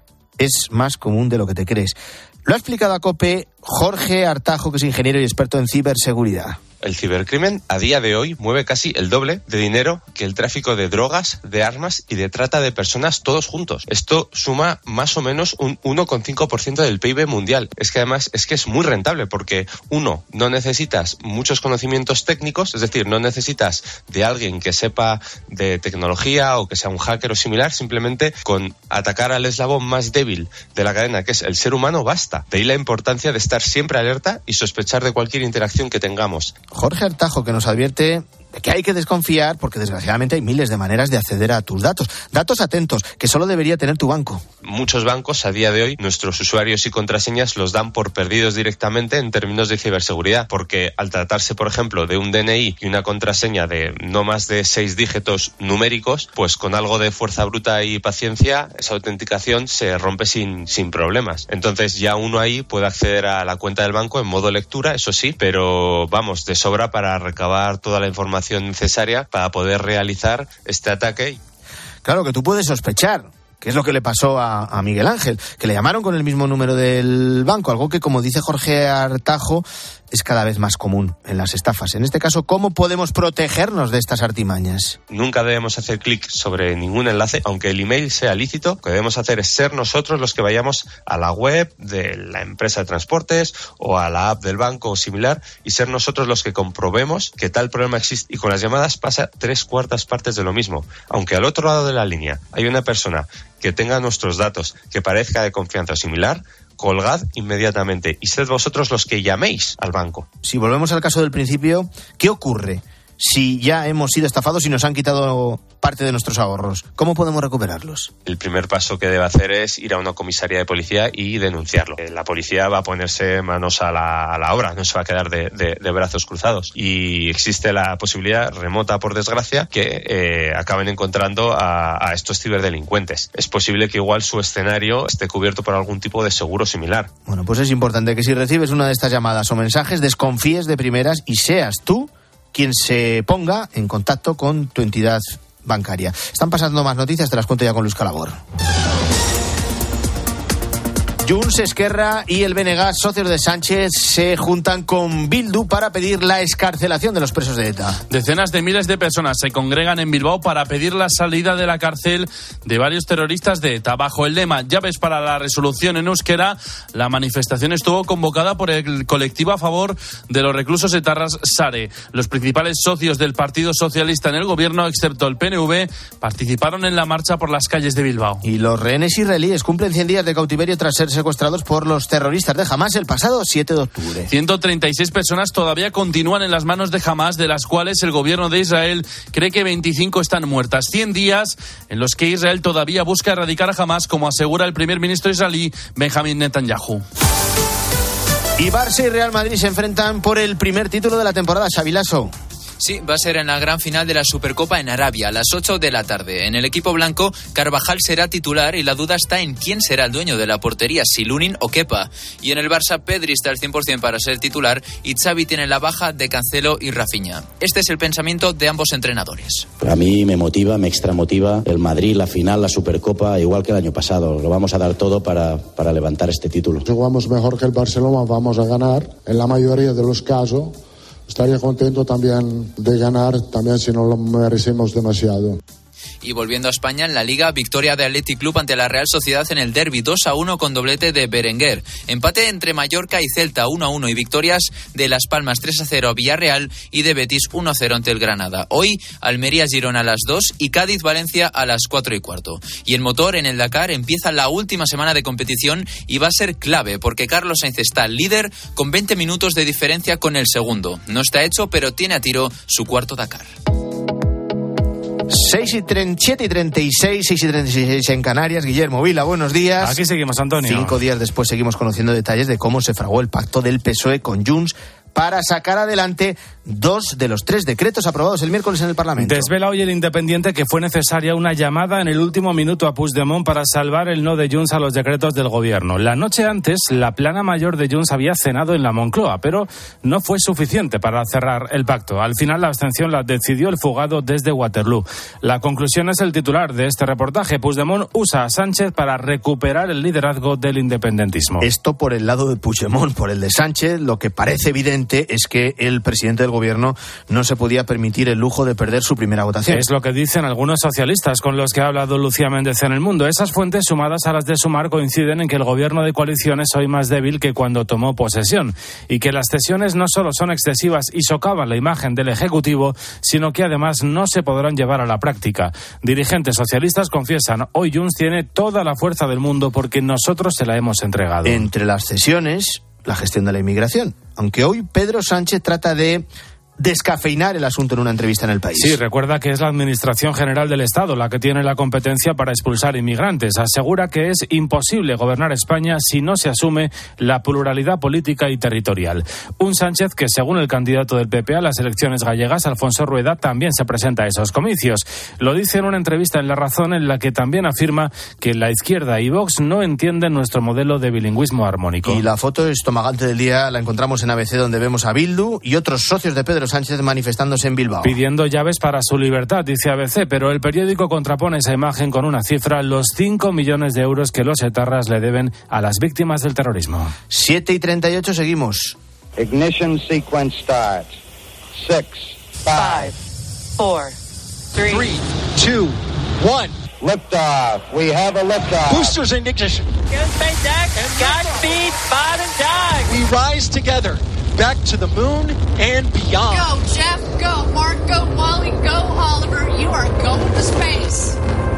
es más común de lo que te crees. Lo ha explicado a COPE Jorge Artajo, que es ingeniero y experto en ciberseguridad. El cibercrimen a día de hoy mueve casi el doble de dinero que el tráfico de drogas, de armas y de trata de personas todos juntos. Esto suma más o menos un uno coma cinco por ciento del P I B mundial. Es que además es que es muy rentable porque, uno, no necesitas muchos conocimientos técnicos, es decir, no necesitas de alguien que sepa de tecnología o que sea un hacker o similar, simplemente con atacar al eslabón más débil de la cadena, que es el ser humano, basta. De ahí la importancia de estar siempre alerta y sospechar de cualquier interacción que tengamos. Jorge Artajo, que nos advierte de que hay que desconfiar porque desgraciadamente hay miles de maneras de acceder a tus datos. Datos atentos que solo debería tener tu banco. Muchos bancos a día de hoy, nuestros usuarios y contraseñas los dan por perdidos directamente en términos de ciberseguridad, porque al tratarse, por ejemplo, de un D N I y una contraseña de no más de seis dígitos numéricos, pues con algo de fuerza bruta y paciencia, esa autenticación se rompe sin, sin problemas. Entonces ya uno ahí puede acceder a la cuenta del banco en modo lectura, eso sí, pero vamos, de sobra para recabar toda la información necesaria para poder realizar este ataque. Claro que tú puedes sospechar, que es lo que le pasó a, a Miguel Ángel, que le llamaron con el mismo número del banco, algo que, como dice Jorge Artajo, es cada vez más común en las estafas. En este caso, ¿cómo podemos protegernos de estas artimañas? Nunca debemos hacer clic sobre ningún enlace, aunque el email sea lícito. Lo que debemos hacer es ser nosotros los que vayamos a la web de la empresa de transportes o a la app del banco o similar y ser nosotros los que comprobemos que tal problema existe. Y con las llamadas pasa tres cuartas partes de lo mismo. Aunque al otro lado de la línea hay una persona que tenga nuestros datos, que parezca de confianza o similar, colgad inmediatamente y sed vosotros los que llaméis al banco. Si volvemos al caso del principio, ¿qué ocurre si ya hemos sido estafados y nos han quitado parte de nuestros ahorros? ¿Cómo podemos recuperarlos? El primer paso que debe hacer es ir a una comisaría de policía y denunciarlo. La policía va a ponerse manos a la, a la obra, no se va a quedar de, de, de brazos cruzados. Y existe la posibilidad, remota por desgracia, que eh, acaben encontrando a, a estos ciberdelincuentes. Es posible que igual su escenario esté cubierto por algún tipo de seguro similar. Bueno, pues es importante que si recibes una de estas llamadas o mensajes, desconfíes de primeras y seas tú quien se ponga en contacto con tu entidad bancaria. Están pasando más noticias, te las cuento ya con Luis Calabor. Junts, Esquerra y el B N G, socios de Sánchez, se juntan con Bildu para pedir la excarcelación de los presos de ETA. Decenas de miles de personas se congregan en Bilbao para pedir la salida de la cárcel de varios terroristas de ETA. Bajo el lema Llaves para la resolución en euskera, la manifestación estuvo convocada por el colectivo a favor de los reclusos etarras SARE. Los principales socios del Partido Socialista en el gobierno, excepto el P N V, participaron en la marcha por las calles de Bilbao. Y los rehenes israelíes cumplen cien días de cautiverio tras ser secuestrados por los terroristas de Hamás el pasado siete de octubre. ciento treinta y seis personas todavía continúan en las manos de Hamás, de las cuales el gobierno de Israel cree que veinticinco están muertas. cien días en los que Israel todavía busca erradicar a Hamás, como asegura el primer ministro israelí Benjamin Netanyahu. Y Barça y Real Madrid se enfrentan por el primer título de la temporada. Xavi Lasso. Sí, va a ser en la gran final de la Supercopa en Arabia, a las ocho de la tarde. En el equipo blanco, Carvajal será titular y la duda está en quién será el dueño de la portería, si Lunin o Kepa. Y en el Barça, Pedri está al cien por ciento para ser titular y Xavi tiene la baja de Cancelo y Rafinha. Este es el pensamiento de ambos entrenadores. A mí me motiva, me extramotiva el Madrid, la final, la Supercopa, igual que el año pasado. Lo vamos a dar todo para, para levantar este título. Si jugamos mejor que el Barcelona, vamos a ganar en la mayoría de los casos. Estaría contento también de ganar, también si no lo merecemos demasiado. Y volviendo a España, en la Liga, victoria de Athletic Club ante la Real Sociedad en el derbi, dos a uno con doblete de Berenguer. Empate entre Mallorca y Celta, uno a uno, y victorias de Las Palmas tres a cero a Villarreal y de Betis uno a cero ante el Granada. Hoy, Almería-Girona a las dos y Cádiz-Valencia a las cuatro y cuarto. Y el motor en el Dakar empieza la última semana de competición y va a ser clave porque Carlos Sainz está líder con veinte minutos de diferencia con el segundo. No está hecho, pero tiene a tiro su cuarto Dakar. seis y siete y treinta y seis, seis y treinta y seis en Canarias. Guillermo Vila, buenos días. Aquí seguimos, Antonio. Cinco días después seguimos conociendo detalles de cómo se fraguó el pacto del P S O E con Junts para sacar adelante dos de los tres decretos aprobados el miércoles en el Parlamento. Desvela hoy el Independiente que fue necesaria una llamada en el último minuto a Puigdemont para salvar el no de Junts a los decretos del gobierno. La noche antes, la plana mayor de Junts había cenado en la Moncloa, pero no fue suficiente para cerrar el pacto. Al final, la abstención la decidió el fugado desde Waterloo. La conclusión es el titular de este reportaje. Puigdemont usa a Sánchez para recuperar el liderazgo del independentismo. Esto por el lado de Puigdemont. Por el de Sánchez, lo que parece evidente es que el presidente del gobierno no se podía permitir el lujo de perder su primera votación. Es lo que dicen algunos socialistas con los que ha hablado Lucía Méndez en El Mundo. Esas fuentes, sumadas a las de Sumar, coinciden en que el gobierno de coalición es hoy más débil que cuando tomó posesión y que las cesiones no solo son excesivas y socavan la imagen del Ejecutivo, sino que además no se podrán llevar a la práctica. Dirigentes socialistas confiesan, hoy Junts tiene toda la fuerza del mundo porque nosotros se la hemos entregado. Entre las cesiones, la gestión de la inmigración, aunque hoy Pedro Sánchez trata de descafeinar el asunto en una entrevista en El País. Sí, recuerda que es la Administración General del Estado la que tiene la competencia para expulsar inmigrantes. Asegura que es imposible gobernar España si no se asume la pluralidad política y territorial. Un Sánchez que, según el candidato del P P a las elecciones gallegas, Alfonso Rueda, también se presenta a esos comicios. Lo dice en una entrevista en La Razón, en la que también afirma que la izquierda y Vox no entienden nuestro modelo de bilingüismo armónico. Y la foto estomagante del día la encontramos en A B C, donde vemos a Bildu y otros socios de Pedro Sánchez manifestándose en Bilbao. Pidiendo llaves para su libertad, dice A B C, pero el periódico contrapone esa imagen con una cifra, los cinco millones de euros que los etarras le deben a las víctimas del terrorismo. siete y treinta y ocho, seguimos. Ignition sequence starts. Six, five, four, three, two, one. Liftoff. We have a liftoff. Boosters in ignition. Godspeed, Bob and Doug. We rise together. Back to the moon and beyond. Go, Jeff. Go, Mark. Go, Wally. Go, Oliver. You are going to space.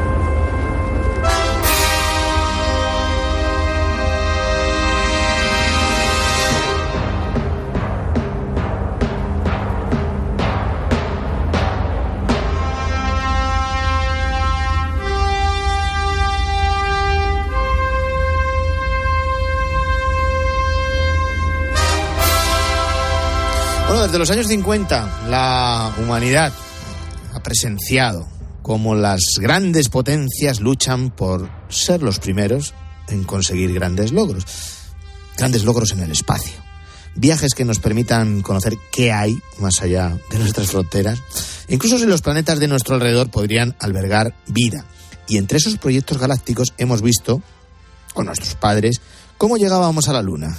Bueno, desde los años cincuenta, la humanidad ha presenciado cómo las grandes potencias luchan por ser los primeros en conseguir grandes logros. Grandes logros en el espacio. Viajes que nos permitan conocer qué hay más allá de nuestras fronteras. Incluso si los planetas de nuestro alrededor podrían albergar vida. Y entre esos proyectos galácticos hemos visto, con nuestros padres, ¿Cómo llegábamos a la Luna?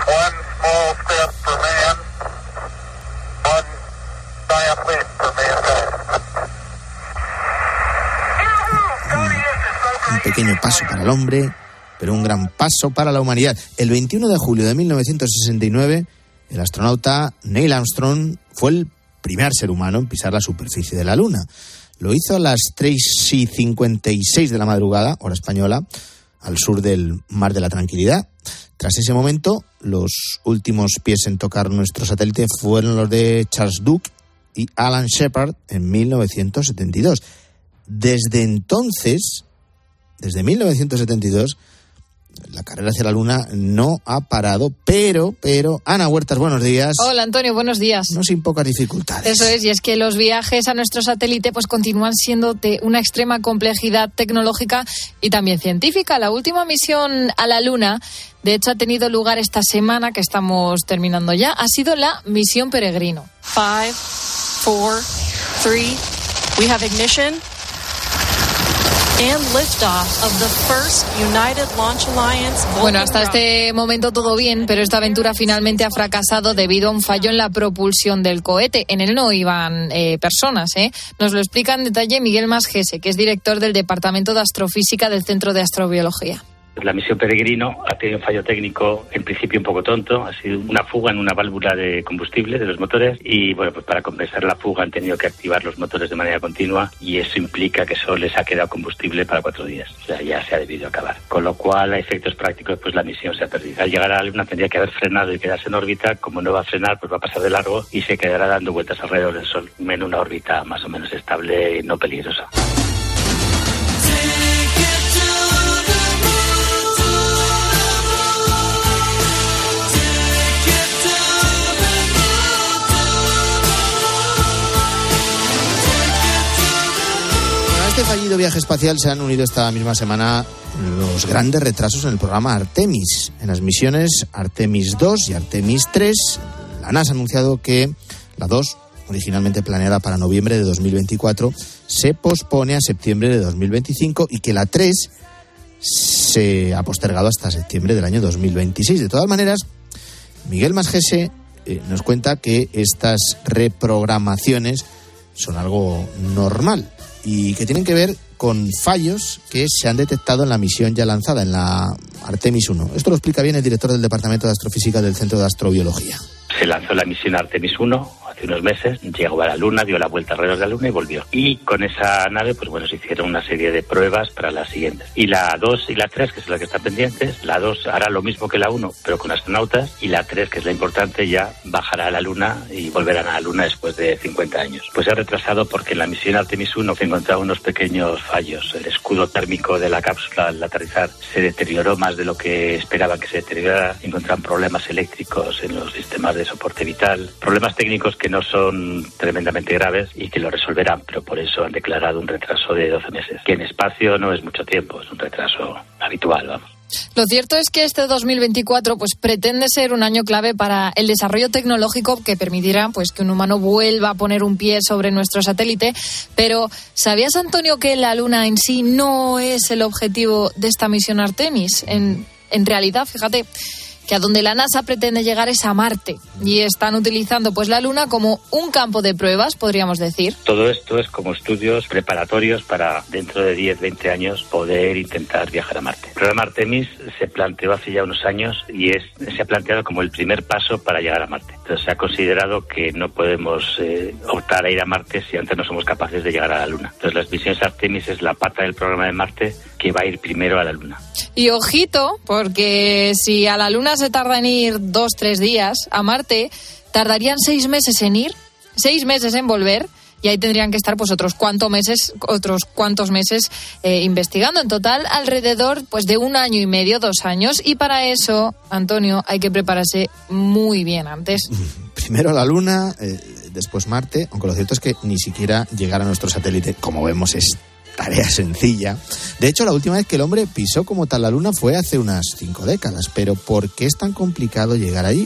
Un pequeño paso para el hombre, pero un gran paso para la humanidad. El veintiuno de julio de mil novecientos sesenta y nueve, el astronauta Neil Armstrong fue el primer ser humano en pisar la superficie de la Luna. Lo hizo a las tres y cincuenta y seis de la madrugada, hora española, al sur del Mar de la Tranquilidad. Tras ese momento, los últimos pies en tocar nuestro satélite fueron los de Charles Duke y Alan Shepard en mil novecientos setenta y dos. Desde entonces, desde mil novecientos setenta y dos, la carrera hacia la Luna no ha parado, pero, pero, Ana Huertas, buenos días. Hola, Antonio, buenos días. No sin pocas dificultades. Eso es, y es que los viajes a nuestro satélite pues continúan siendo de una extrema complejidad tecnológica y también científica. La última misión a la Luna, de hecho, ha tenido lugar esta semana que estamos terminando ya, ha sido la misión Peregrino. Five, four, three, we have ignition. And liftoff of the first United Launch Alliance. Bueno, hasta este momento todo bien, pero esta aventura finalmente ha fracasado debido a un fallo en la propulsión del cohete. En él no iban eh, personas, ¿eh? Nos lo explica en detalle Miguel Masgese, que es director del Departamento de Astrofísica del Centro de Astrobiología. La misión Peregrino ha tenido un fallo técnico, en principio un poco tonto, ha sido una fuga en una válvula de combustible de los motores y, bueno, pues para compensar la fuga han tenido que activar los motores de manera continua y eso implica que solo les ha quedado combustible para cuatro días, o sea, ya se ha debido acabar. Con lo cual, a efectos prácticos, pues la misión se ha perdido. Al llegar a la Luna tendría que haber frenado y quedarse en órbita, como no va a frenar, pues va a pasar de largo y se quedará dando vueltas alrededor del Sol, en una órbita más o menos estable y no peligrosa. A este fallido viaje espacial se han unido esta misma semana los grandes retrasos en el programa Artemis. En las misiones Artemis dos y Artemis tres, la NASA ha anunciado que la dos, originalmente planeada para noviembre de dos mil veinticuatro, se pospone a septiembre de dos mil veinticinco y que la tres se ha postergado hasta septiembre del año dos mil veintiséis. De todas maneras, Miguel Masgese eh, nos cuenta que estas reprogramaciones son algo normal y que tienen que ver con fallos que se han detectado en la misión ya lanzada, en la Artemis uno. Esto lo explica bien el director del Departamento de Astrofísica del Centro de Astrobiología. Se lanzó la misión Artemis uno hace unos meses, llegó a la Luna, dio la vuelta alrededor de la Luna y volvió. Y con esa nave, pues bueno, se hicieron una serie de pruebas para las siguientes. Y la dos y la tres, que son las que están pendientes, la dos hará lo mismo que la uno, pero con astronautas, y la tres, que es la importante, ya bajará a la Luna y volverán a la Luna después de cincuenta años. Pues se ha retrasado porque en la misión Artemis uno se encontraron unos pequeños fallos. El escudo térmico de la cápsula al aterrizar se deterioró más de lo que esperaban que se deteriorara. Encontraron problemas eléctricos en los sistemas de soporte vital, problemas técnicos que no son tremendamente graves y que lo resolverán, pero por eso han declarado un retraso de doce meses, que en espacio no es mucho tiempo, es un retraso habitual, vamos. Lo cierto es que este dos mil veinticuatro pues pretende ser un año clave para el desarrollo tecnológico que permitirá pues que un humano vuelva a poner un pie sobre nuestro satélite, pero ¿sabías, Antonio, que la Luna en sí no es el objetivo de esta misión Artemis? En, en realidad, fíjate que a donde la NASA pretende llegar es a Marte y están utilizando pues la Luna como un campo de pruebas, podríamos decir. Todo esto es como estudios preparatorios para dentro de diez, veinte años poder intentar viajar a Marte. El programa Artemis se planteó hace ya unos años y es, se ha planteado como el primer paso para llegar a Marte. Entonces se ha considerado que no podemos eh, optar a ir a Marte si antes no somos capaces de llegar a la Luna. Entonces las misiones Artemis es la pata del programa de Marte que va a ir primero a la Luna. Y ojito, porque si a la Luna se tarda en ir dos, tres días, a Marte tardarían seis meses en ir, seis meses en volver, y ahí tendrían que estar pues otros cuantos meses, otros cuantos meses eh, investigando. En total, alrededor pues de un año y medio, dos años, y para eso, Antonio, hay que prepararse muy bien antes. Primero la Luna, eh, después Marte, aunque lo cierto es que ni siquiera llegar a nuestro satélite, como vemos, es tarea sencilla. De hecho, la última vez que el hombre pisó como tal la Luna fue hace unas cinco décadas. Pero ¿por qué es tan complicado llegar allí?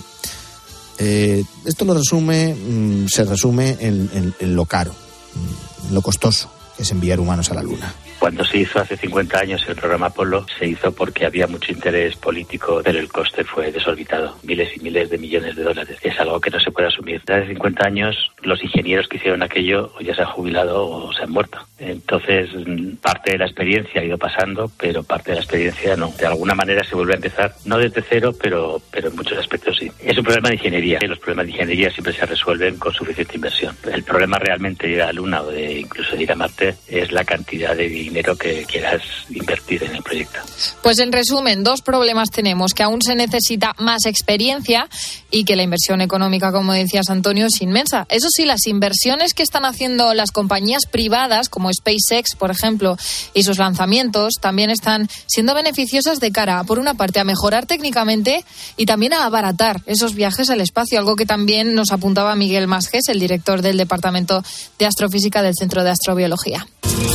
Eh, esto lo resume, mmm, se resume en, en, en lo caro, en lo costoso que es enviar humanos a la Luna. Cuando se hizo hace cincuenta años el programa Apolo, se hizo porque había mucho interés político, pero el coste fue desorbitado, miles y miles de millones de dólares. Es algo que no se puede asumir. Desde hace cincuenta años, los ingenieros que hicieron aquello o ya se han jubilado o se han muerto. Entonces, parte de la experiencia ha ido pasando, pero parte de la experiencia no. De alguna manera se vuelve a empezar, no desde cero, pero, pero en muchos aspectos sí. Es un problema de ingeniería, y los problemas de ingeniería siempre se resuelven con suficiente inversión. El problema realmente de ir a la Luna o de incluso de ir a Marte es la cantidad de dinero que quieras invertir en el proyecto. Pues en resumen, dos problemas tenemos: que aún se necesita más experiencia y que la inversión económica, como decías, Antonio, es inmensa. Eso sí, las inversiones que están haciendo las compañías privadas, como SpaceX, por ejemplo, y sus lanzamientos, también están siendo beneficiosas de cara, por una parte, a mejorar técnicamente y también a abaratar esos viajes al espacio, algo que también nos apuntaba Miguel Masjes, el director del Departamento de Astrofísica del Centro de Astrobiología.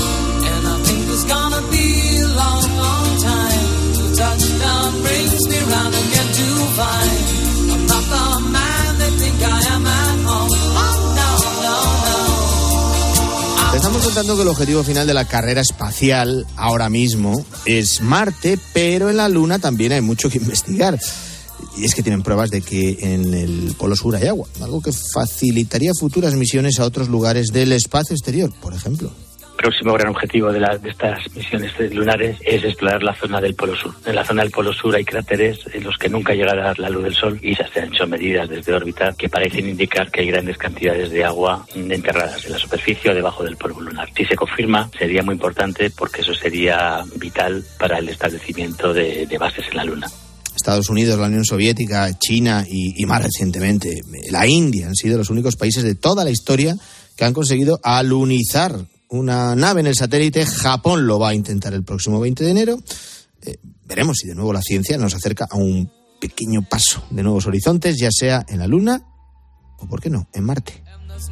Te estamos contando que el objetivo final de la carrera espacial ahora mismo es Marte, pero en la Luna también hay mucho que investigar. Y es que tienen pruebas de que en el Polo Sur hay agua, algo que facilitaría futuras misiones a otros lugares del espacio exterior, por ejemplo. El próximo gran objetivo de, la, de estas misiones lunares es explorar la zona del Polo Sur. En la zona del Polo Sur hay cráteres en los que nunca llegará la luz del Sol y se han hecho medidas desde órbita que parecen indicar que hay grandes cantidades de agua enterradas en la superficie o debajo del polvo lunar. Si se confirma, sería muy importante porque eso sería vital para el establecimiento de, de bases en la Luna. Estados Unidos, la Unión Soviética, China y, y más recientemente la India han sido los únicos países de toda la historia que han conseguido alunizar una nave en el satélite. Japón lo va a intentar el próximo veinte de enero. Eh, veremos si de nuevo la ciencia nos acerca a un pequeño paso de nuevos horizontes, ya sea en la Luna o, ¿por qué no?, en Marte.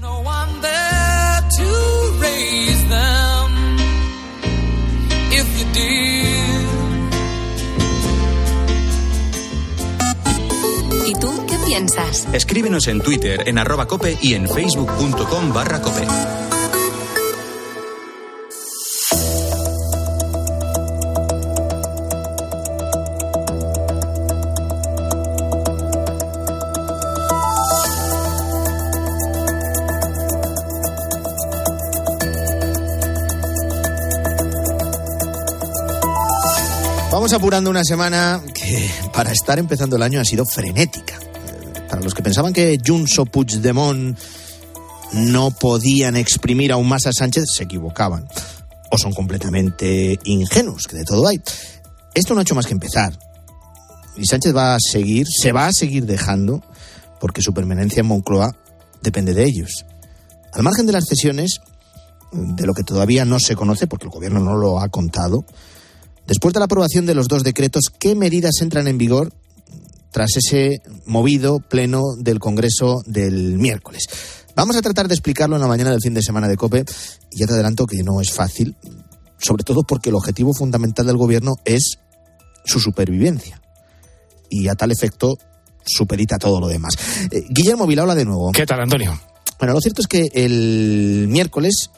¿Y tú qué piensas? Escríbenos en Twitter, en arroba cope y en facebook.com barra cope. Vamos apurando una semana que para estar empezando el año ha sido frenética. Para los que pensaban que Junts o Puigdemont no podían exprimir aún más a Sánchez, se equivocaban. O son completamente ingenuos, que de todo hay. Esto no ha hecho más que empezar. Y Sánchez va a seguir, se va a seguir dejando, porque su permanencia en Moncloa depende de ellos. Al margen de las cesiones, de lo que todavía no se conoce, porque el gobierno no lo ha contado, después de la aprobación de los dos decretos, ¿qué medidas entran en vigor tras ese movido pleno del Congreso del miércoles? Vamos a tratar de explicarlo en la mañana del fin de semana de COPE, y ya te adelanto que no es fácil, sobre todo porque el objetivo fundamental del gobierno es su supervivencia. Y a tal efecto supedita todo lo demás. Eh, Guillermo Vilaola de nuevo. ¿Qué tal, Antonio? Bueno, lo cierto es que el miércoles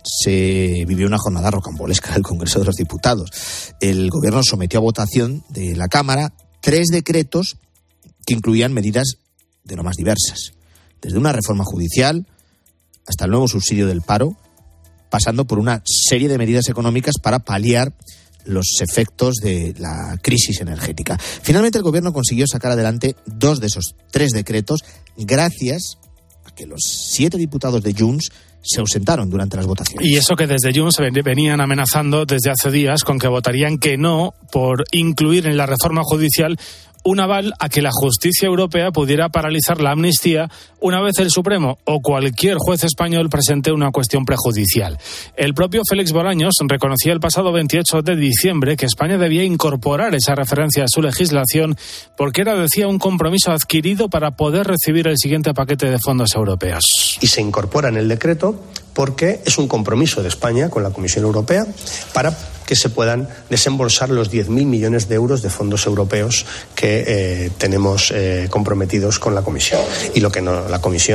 se vivió una jornada rocambolesca del Congreso de los Diputados. El gobierno sometió a votación de la Cámara tres decretos que incluían medidas de lo más diversas, desde una reforma judicial hasta el nuevo subsidio del paro, pasando por una serie de medidas económicas para paliar los efectos de la crisis energética. Finalmente, el gobierno consiguió sacar adelante dos de esos tres decretos gracias a que los siete diputados de Junts se ausentaron durante las votaciones. Y eso que desde Junts venían amenazando desde hace días con que votarían que no por incluir en la reforma judicial un aval a que la justicia europea pudiera paralizar la amnistía una vez el Supremo o cualquier juez español presente una cuestión prejudicial. El propio Félix Bolaños reconocía el pasado veintiocho de diciembre que España debía incorporar esa referencia a su legislación porque era, decía, un compromiso adquirido para poder recibir el siguiente paquete de fondos europeos. Y se incorpora en el decreto porque es un compromiso de España con la Comisión Europea para que se puedan desembolsar los diez mil millones de euros de fondos europeos que eh, tenemos eh, comprometidos con la Comisión. Y lo que no, la Comisión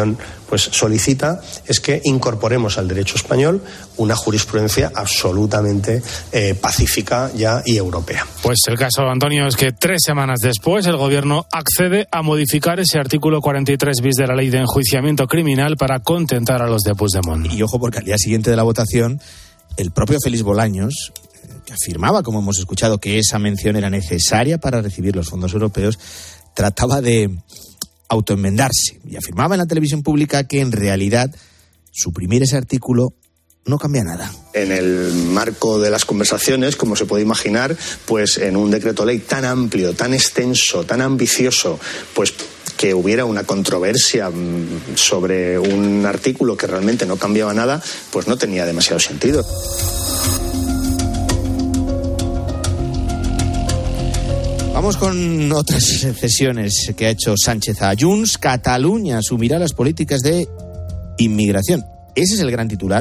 pues solicita es que incorporemos al derecho español una jurisprudencia absolutamente eh, pacífica ya y europea. Pues el caso, Antonio, es que tres semanas después el gobierno accede a modificar ese artículo cuarenta y tres bis de la ley de enjuiciamiento criminal para contentar a los de Puigdemont. Y ojo, porque al día siguiente de la votación, el propio Félix Bolaños, que afirmaba, como hemos escuchado, que esa mención era necesaria para recibir los fondos europeos, trataba de autoenmendarse y afirmaba en la televisión pública que en realidad suprimir ese artículo no cambia nada. En el marco de las conversaciones, como se puede imaginar, pues en un decreto ley tan amplio, tan extenso, tan ambicioso, pues que hubiera una controversia sobre un artículo que realmente no cambiaba nada, pues no tenía demasiado sentido. Vamos con otras cesiones que ha hecho Sánchez a Junts. Cataluña asumirá las políticas de inmigración. Ese es el gran titular.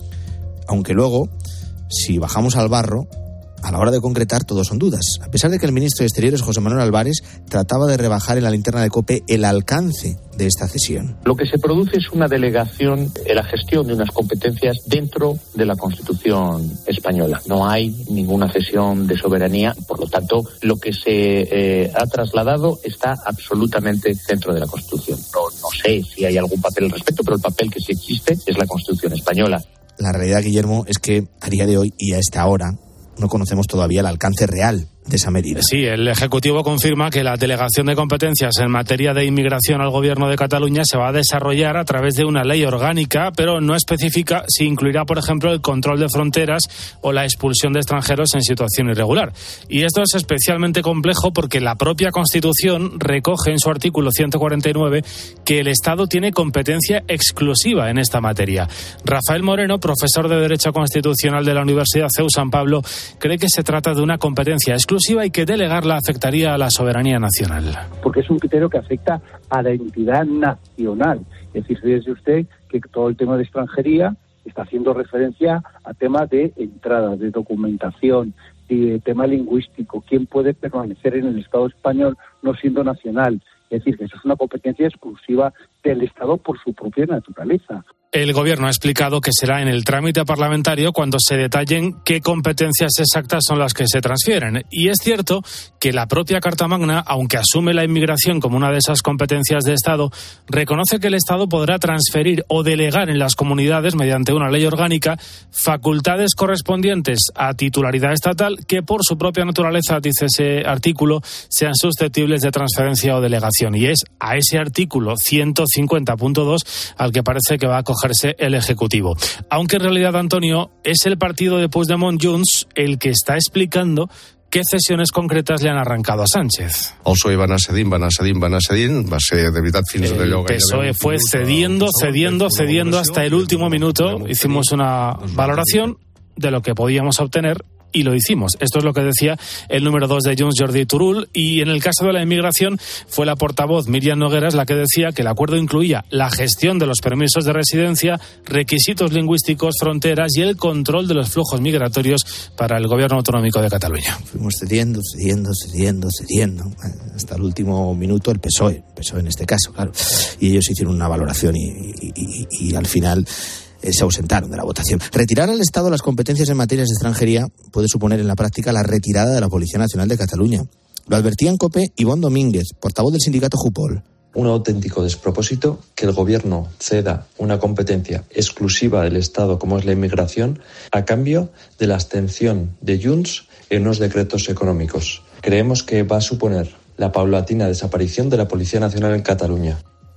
Aunque luego, si bajamos al barro, a la hora de concretar todo son dudas. A pesar de que el ministro de Exteriores, José Manuel Álvarez, trataba de rebajar en la linterna de COPE el alcance de esta cesión. Lo que se produce es una delegación en la gestión de unas competencias dentro de la Constitución española. No hay ninguna cesión de soberanía, por lo tanto, lo que se eh, ha trasladado está absolutamente dentro de la Constitución. No, no sé si hay algún papel al respecto, pero el papel que sí existe es la Constitución española. La realidad, Guillermo, es que a día de hoy y a esta hora no conocemos todavía el alcance real de esa medida. Sí, el Ejecutivo confirma que la delegación de competencias en materia de inmigración al Gobierno de Cataluña se va a desarrollar a través de una ley orgánica, pero no especifica si incluirá, por ejemplo, el control de fronteras o la expulsión de extranjeros en situación irregular. Y esto es especialmente complejo porque la propia Constitución recoge en su artículo ciento cuarenta y nueve que el Estado tiene competencia exclusiva en esta materia. Rafael Moreno, profesor de Derecho Constitucional de la Universidad C E U San Pablo, cree que se trata de una competencia exclusiva y que delegarla afectaría a la soberanía nacional. Porque es un criterio que afecta a la identidad nacional. Es decir, fíjese usted que todo el tema de extranjería está haciendo referencia a temas de entrada, de documentación, de tema lingüístico, quién puede permanecer en el Estado español no siendo nacional. Es decir, que eso es una competencia exclusiva del Estado por su propia naturaleza. El Gobierno ha explicado que será en el trámite parlamentario cuando se detallen qué competencias exactas son las que se transfieren. Y es cierto que la propia Carta Magna, aunque asume la inmigración como una de esas competencias de Estado, reconoce que el Estado podrá transferir o delegar en las comunidades, mediante una ley orgánica, facultades correspondientes a titularidad estatal que por su propia naturaleza, dice ese artículo, sean susceptibles de transferencia o delegación. Y es a ese artículo ciento cincuenta punto dos al que parece que va a coger el Ejecutivo. Aunque en realidad, Antonio, es el partido de Puigdemont Junts el que está explicando qué cesiones concretas le han arrancado a Sánchez. El P S O E va anar cedint, va anar cedint, va anar cedint, va ser de veritat fins a allò... El P S O E fue cediendo, cediendo, cediendo hasta el último minuto. Hicimos una valoración de lo que podíamos obtener y lo hicimos. Esto es lo que decía el número dos de Junts, Jordi Turull, y en el caso de la inmigración fue la portavoz Míriam Nogueras la que decía que el acuerdo incluía la gestión de los permisos de residencia, requisitos lingüísticos, fronteras y el control de los flujos migratorios para el Gobierno Autonómico de Cataluña. Fuimos cediendo, cediendo, cediendo, cediendo, hasta el último minuto el P S O E, el P S O E en este caso, claro, y ellos hicieron una valoración y, y, y, y al final se ausentaron de la votación. Retirar al Estado las competencias en materias de extranjería puede suponer en la práctica la retirada de la Policía Nacional de Cataluña. Lo advertía en COPE Ivonne Domínguez, portavoz del sindicato Jupol. Un auténtico despropósito que el Gobierno ceda una competencia exclusiva del Estado como es la inmigración a cambio de la abstención de Junts en unos decretos económicos. Creemos que va a suponer la paulatina desaparición de la Policía Nacional en Cataluña.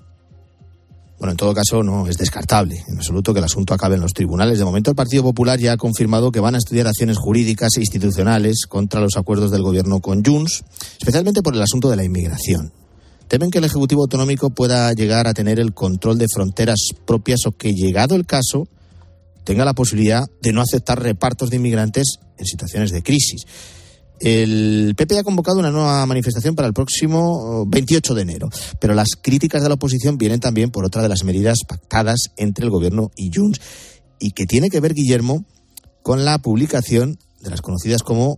Bueno, en todo caso, no es descartable en absoluto que el asunto acabe en los tribunales. De momento, el Partido Popular ya ha confirmado que van a estudiar acciones jurídicas e institucionales contra los acuerdos del Gobierno con Junts, especialmente por el asunto de la inmigración. Temen que el Ejecutivo Autonómico pueda llegar a tener el control de fronteras propias o que, llegado el caso, tenga la posibilidad de no aceptar repartos de inmigrantes en situaciones de crisis. El P P ha convocado una nueva manifestación para el próximo veintiocho de enero, pero las críticas de la oposición vienen también por otra de las medidas pactadas entre el Gobierno y Junts y que tiene que ver, Guillermo, con la publicación de las conocidas como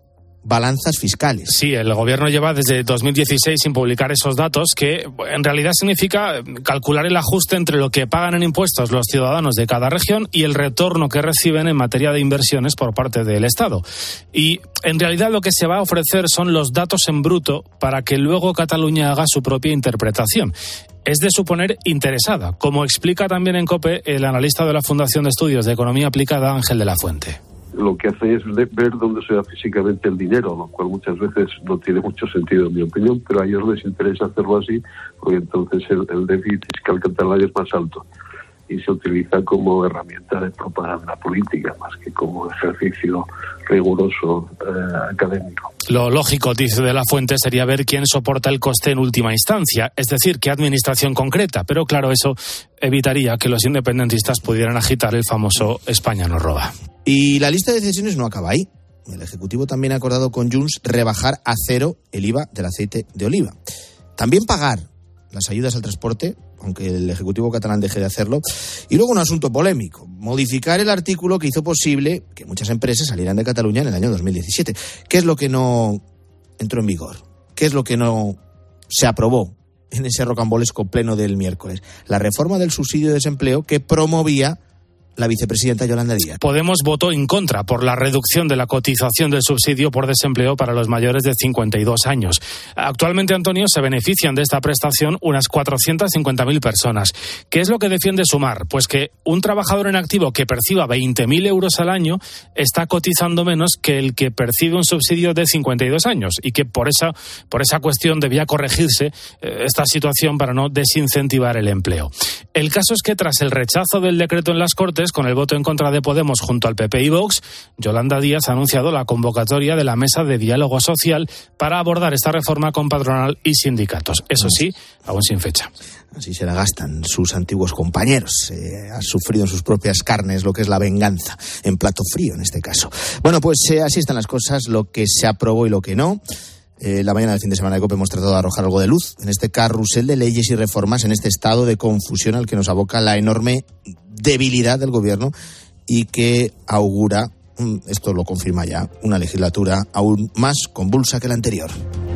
balanzas fiscales. Sí, el gobierno lleva desde dos mil dieciséis sin publicar esos datos, que en realidad significa calcular el ajuste entre lo que pagan en impuestos los ciudadanos de cada región y el retorno que reciben en materia de inversiones por parte del Estado. Y en realidad lo que se va a ofrecer son los datos en bruto para que luego Cataluña haga su propia interpretación. Es de suponer interesada, como explica también en COPE el analista de la Fundación de Estudios de Economía Aplicada, Ángel de la Fuente. Lo que hace es ver dónde se da físicamente el dinero, lo cual muchas veces no tiene mucho sentido, en mi opinión, pero a ellos les interesa hacerlo así, porque entonces el, el déficit fiscal catalán es más alto y se utiliza como herramienta de propaganda política, más que como ejercicio riguroso eh, académico. Lo lógico, dice de la Fuente, sería ver quién soporta el coste en última instancia, es decir, qué administración concreta, pero claro, eso evitaría que los independentistas pudieran agitar el famoso España nos roba. Y la lista de decisiones no acaba ahí. El Ejecutivo también ha acordado con Junts rebajar a cero el I V A del aceite de oliva. También pagar las ayudas al transporte, aunque el Ejecutivo catalán deje de hacerlo. Y luego un asunto polémico, modificar el artículo que hizo posible que muchas empresas salieran de Cataluña en el año dos mil diecisiete. ¿Qué es lo que no entró en vigor? ¿Qué es lo que no se aprobó en ese rocambolesco pleno del miércoles? La reforma del subsidio de desempleo que promovía la vicepresidenta Yolanda Díaz. Podemos votó en contra por la reducción de la cotización del subsidio por desempleo para los mayores de cincuenta y dos años. Actualmente, Antonio, se benefician de esta prestación unas cuatrocientas cincuenta mil personas. ¿Qué es lo que defiende Sumar? Pues que un trabajador en activo que perciba veinte mil euros al año está cotizando menos que el que percibe un subsidio de cincuenta y dos años y que por esa, por esa cuestión debía corregirse eh, esta situación para no desincentivar el empleo. El caso es que tras el rechazo del decreto en las Cortes, con el voto en contra de Podemos junto al P P y Vox, Yolanda Díaz ha anunciado la convocatoria de la Mesa de Diálogo Social para abordar esta reforma con patronal y sindicatos. Eso sí, aún sin fecha. Así se la gastan sus antiguos compañeros. Eh, ha sufrido en sus propias carnes lo que es la venganza, en plato frío en este caso. Bueno, pues eh, así están las cosas, lo que se aprobó y lo que no. Eh, la mañana del fin de semana de COPE hemos tratado de arrojar algo de luz en este carrusel de leyes y reformas, en este estado de confusión al que nos aboca la enorme debilidad del gobierno y que augura, esto lo confirma ya, una legislatura aún más convulsa que la anterior.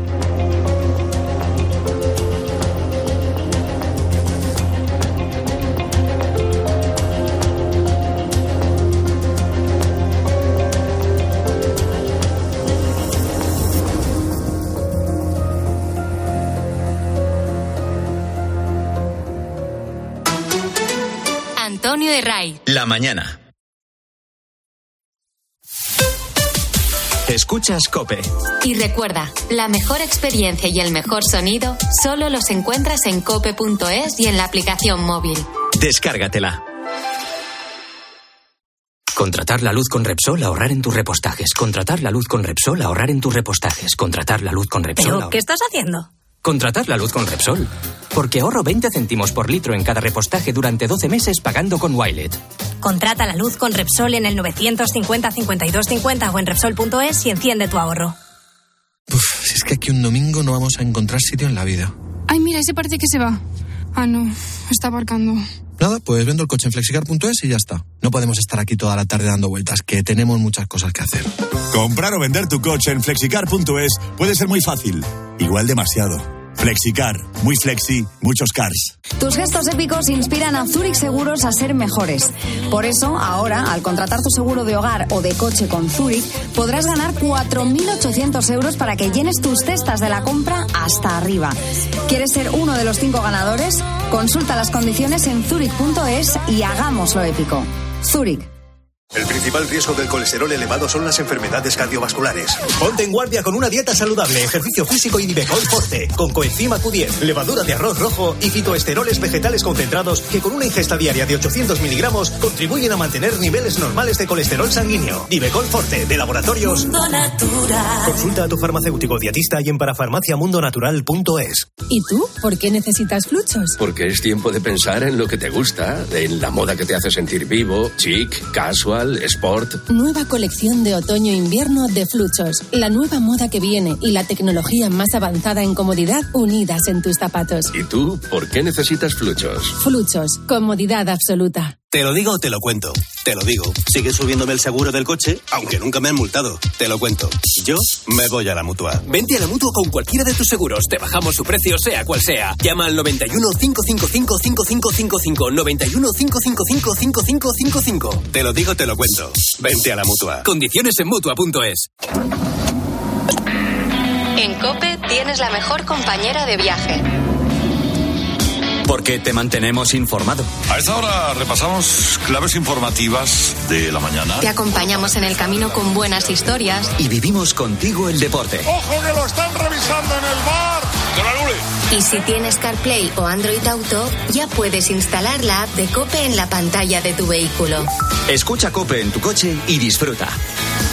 Antonio Herray. La mañana. Escuchas COPE. Y recuerda, la mejor experiencia y el mejor sonido solo los encuentras en cope punto es y en la aplicación móvil. Descárgatela. Contratar la luz con Repsol, ahorrar en tus repostajes. Contratar la luz con Repsol, ahorrar en tus repostajes. Contratar la luz con Repsol. ¿Pero ahorrar... qué estás haciendo? Contratar la luz con Repsol. Porque ahorro veinte céntimos por litro en cada repostaje durante doce meses pagando con Wilet. Contrata la luz con Repsol en el novecientos cincuenta cincuenta y dos cincuenta o en Repsol punto es y enciende tu ahorro. Uf, si es que aquí un domingo no vamos a encontrar sitio en la vida. Ay, mira, ese parece que se va. Ah, no, está aparcando. Nada, pues vendo el coche en flexicar punto es y ya está. No podemos estar aquí toda la tarde dando vueltas, que tenemos muchas cosas que hacer. Comprar o vender tu coche en flexicar punto es puede ser muy fácil, igual demasiado. Flexicar, muy flexi, muchos cars. Tus gestos épicos inspiran a Zurich Seguros a ser mejores. Por eso, ahora, al contratar tu seguro de hogar o de coche con Zurich, podrás ganar cuatro mil ochocientos euros para que llenes tus cestas de la compra hasta arriba. ¿Quieres ser uno de los cinco ganadores? Consulta las condiciones en zurich punto es y hagámoslo épico. Zurich. El principal riesgo del colesterol elevado son las enfermedades cardiovasculares. Ponte en guardia con una dieta saludable, ejercicio físico y Nivecol Forte, con coenzima Q diez, levadura de arroz rojo y fitoesteroles vegetales concentrados que con una ingesta diaria de ochocientos miligramos contribuyen a mantener niveles normales de colesterol sanguíneo. Nivecol Forte, de Laboratorios Mundo Natural. Consulta a tu farmacéutico dietista y en parafarmacia mundo natural punto es. ¿Y tú? ¿Por qué necesitas Fluchos? Porque es tiempo de pensar en lo que te gusta, en la moda que te hace sentir vivo, chic, casual, sport. Nueva colección de otoño-invierno de Fluchos. La nueva moda que viene y la tecnología más avanzada en comodidad unidas en tus zapatos. ¿Y tú por qué necesitas Fluchos? Fluchos. Comodidad absoluta. Te lo digo o te lo cuento. Te lo digo. Sigue subiéndome el seguro del coche, aunque nunca me han multado. Te lo cuento. Yo me voy a la Mutua. Vente a la Mutua con cualquiera de tus seguros. Te bajamos su precio, sea cual sea. Llama al noventa y uno, cinco cinco cinco, cinco cinco cinco cinco. noventa y uno, cinco cinco cinco, cinco cinco cinco cinco. Te lo digo, te lo cuento. Vente a la Mutua. Condiciones en Mutua punto es. En COPE tienes la mejor compañera de viaje. Porque te mantenemos informado. A esta hora repasamos claves informativas de la mañana. Te acompañamos en el camino con buenas historias. Y vivimos contigo el deporte. ¡Ojo que lo están revisando en el bar! Y si tienes CarPlay o Android Auto, ya puedes instalar la app de COPE en la pantalla de tu vehículo. Escucha COPE en tu coche y disfruta.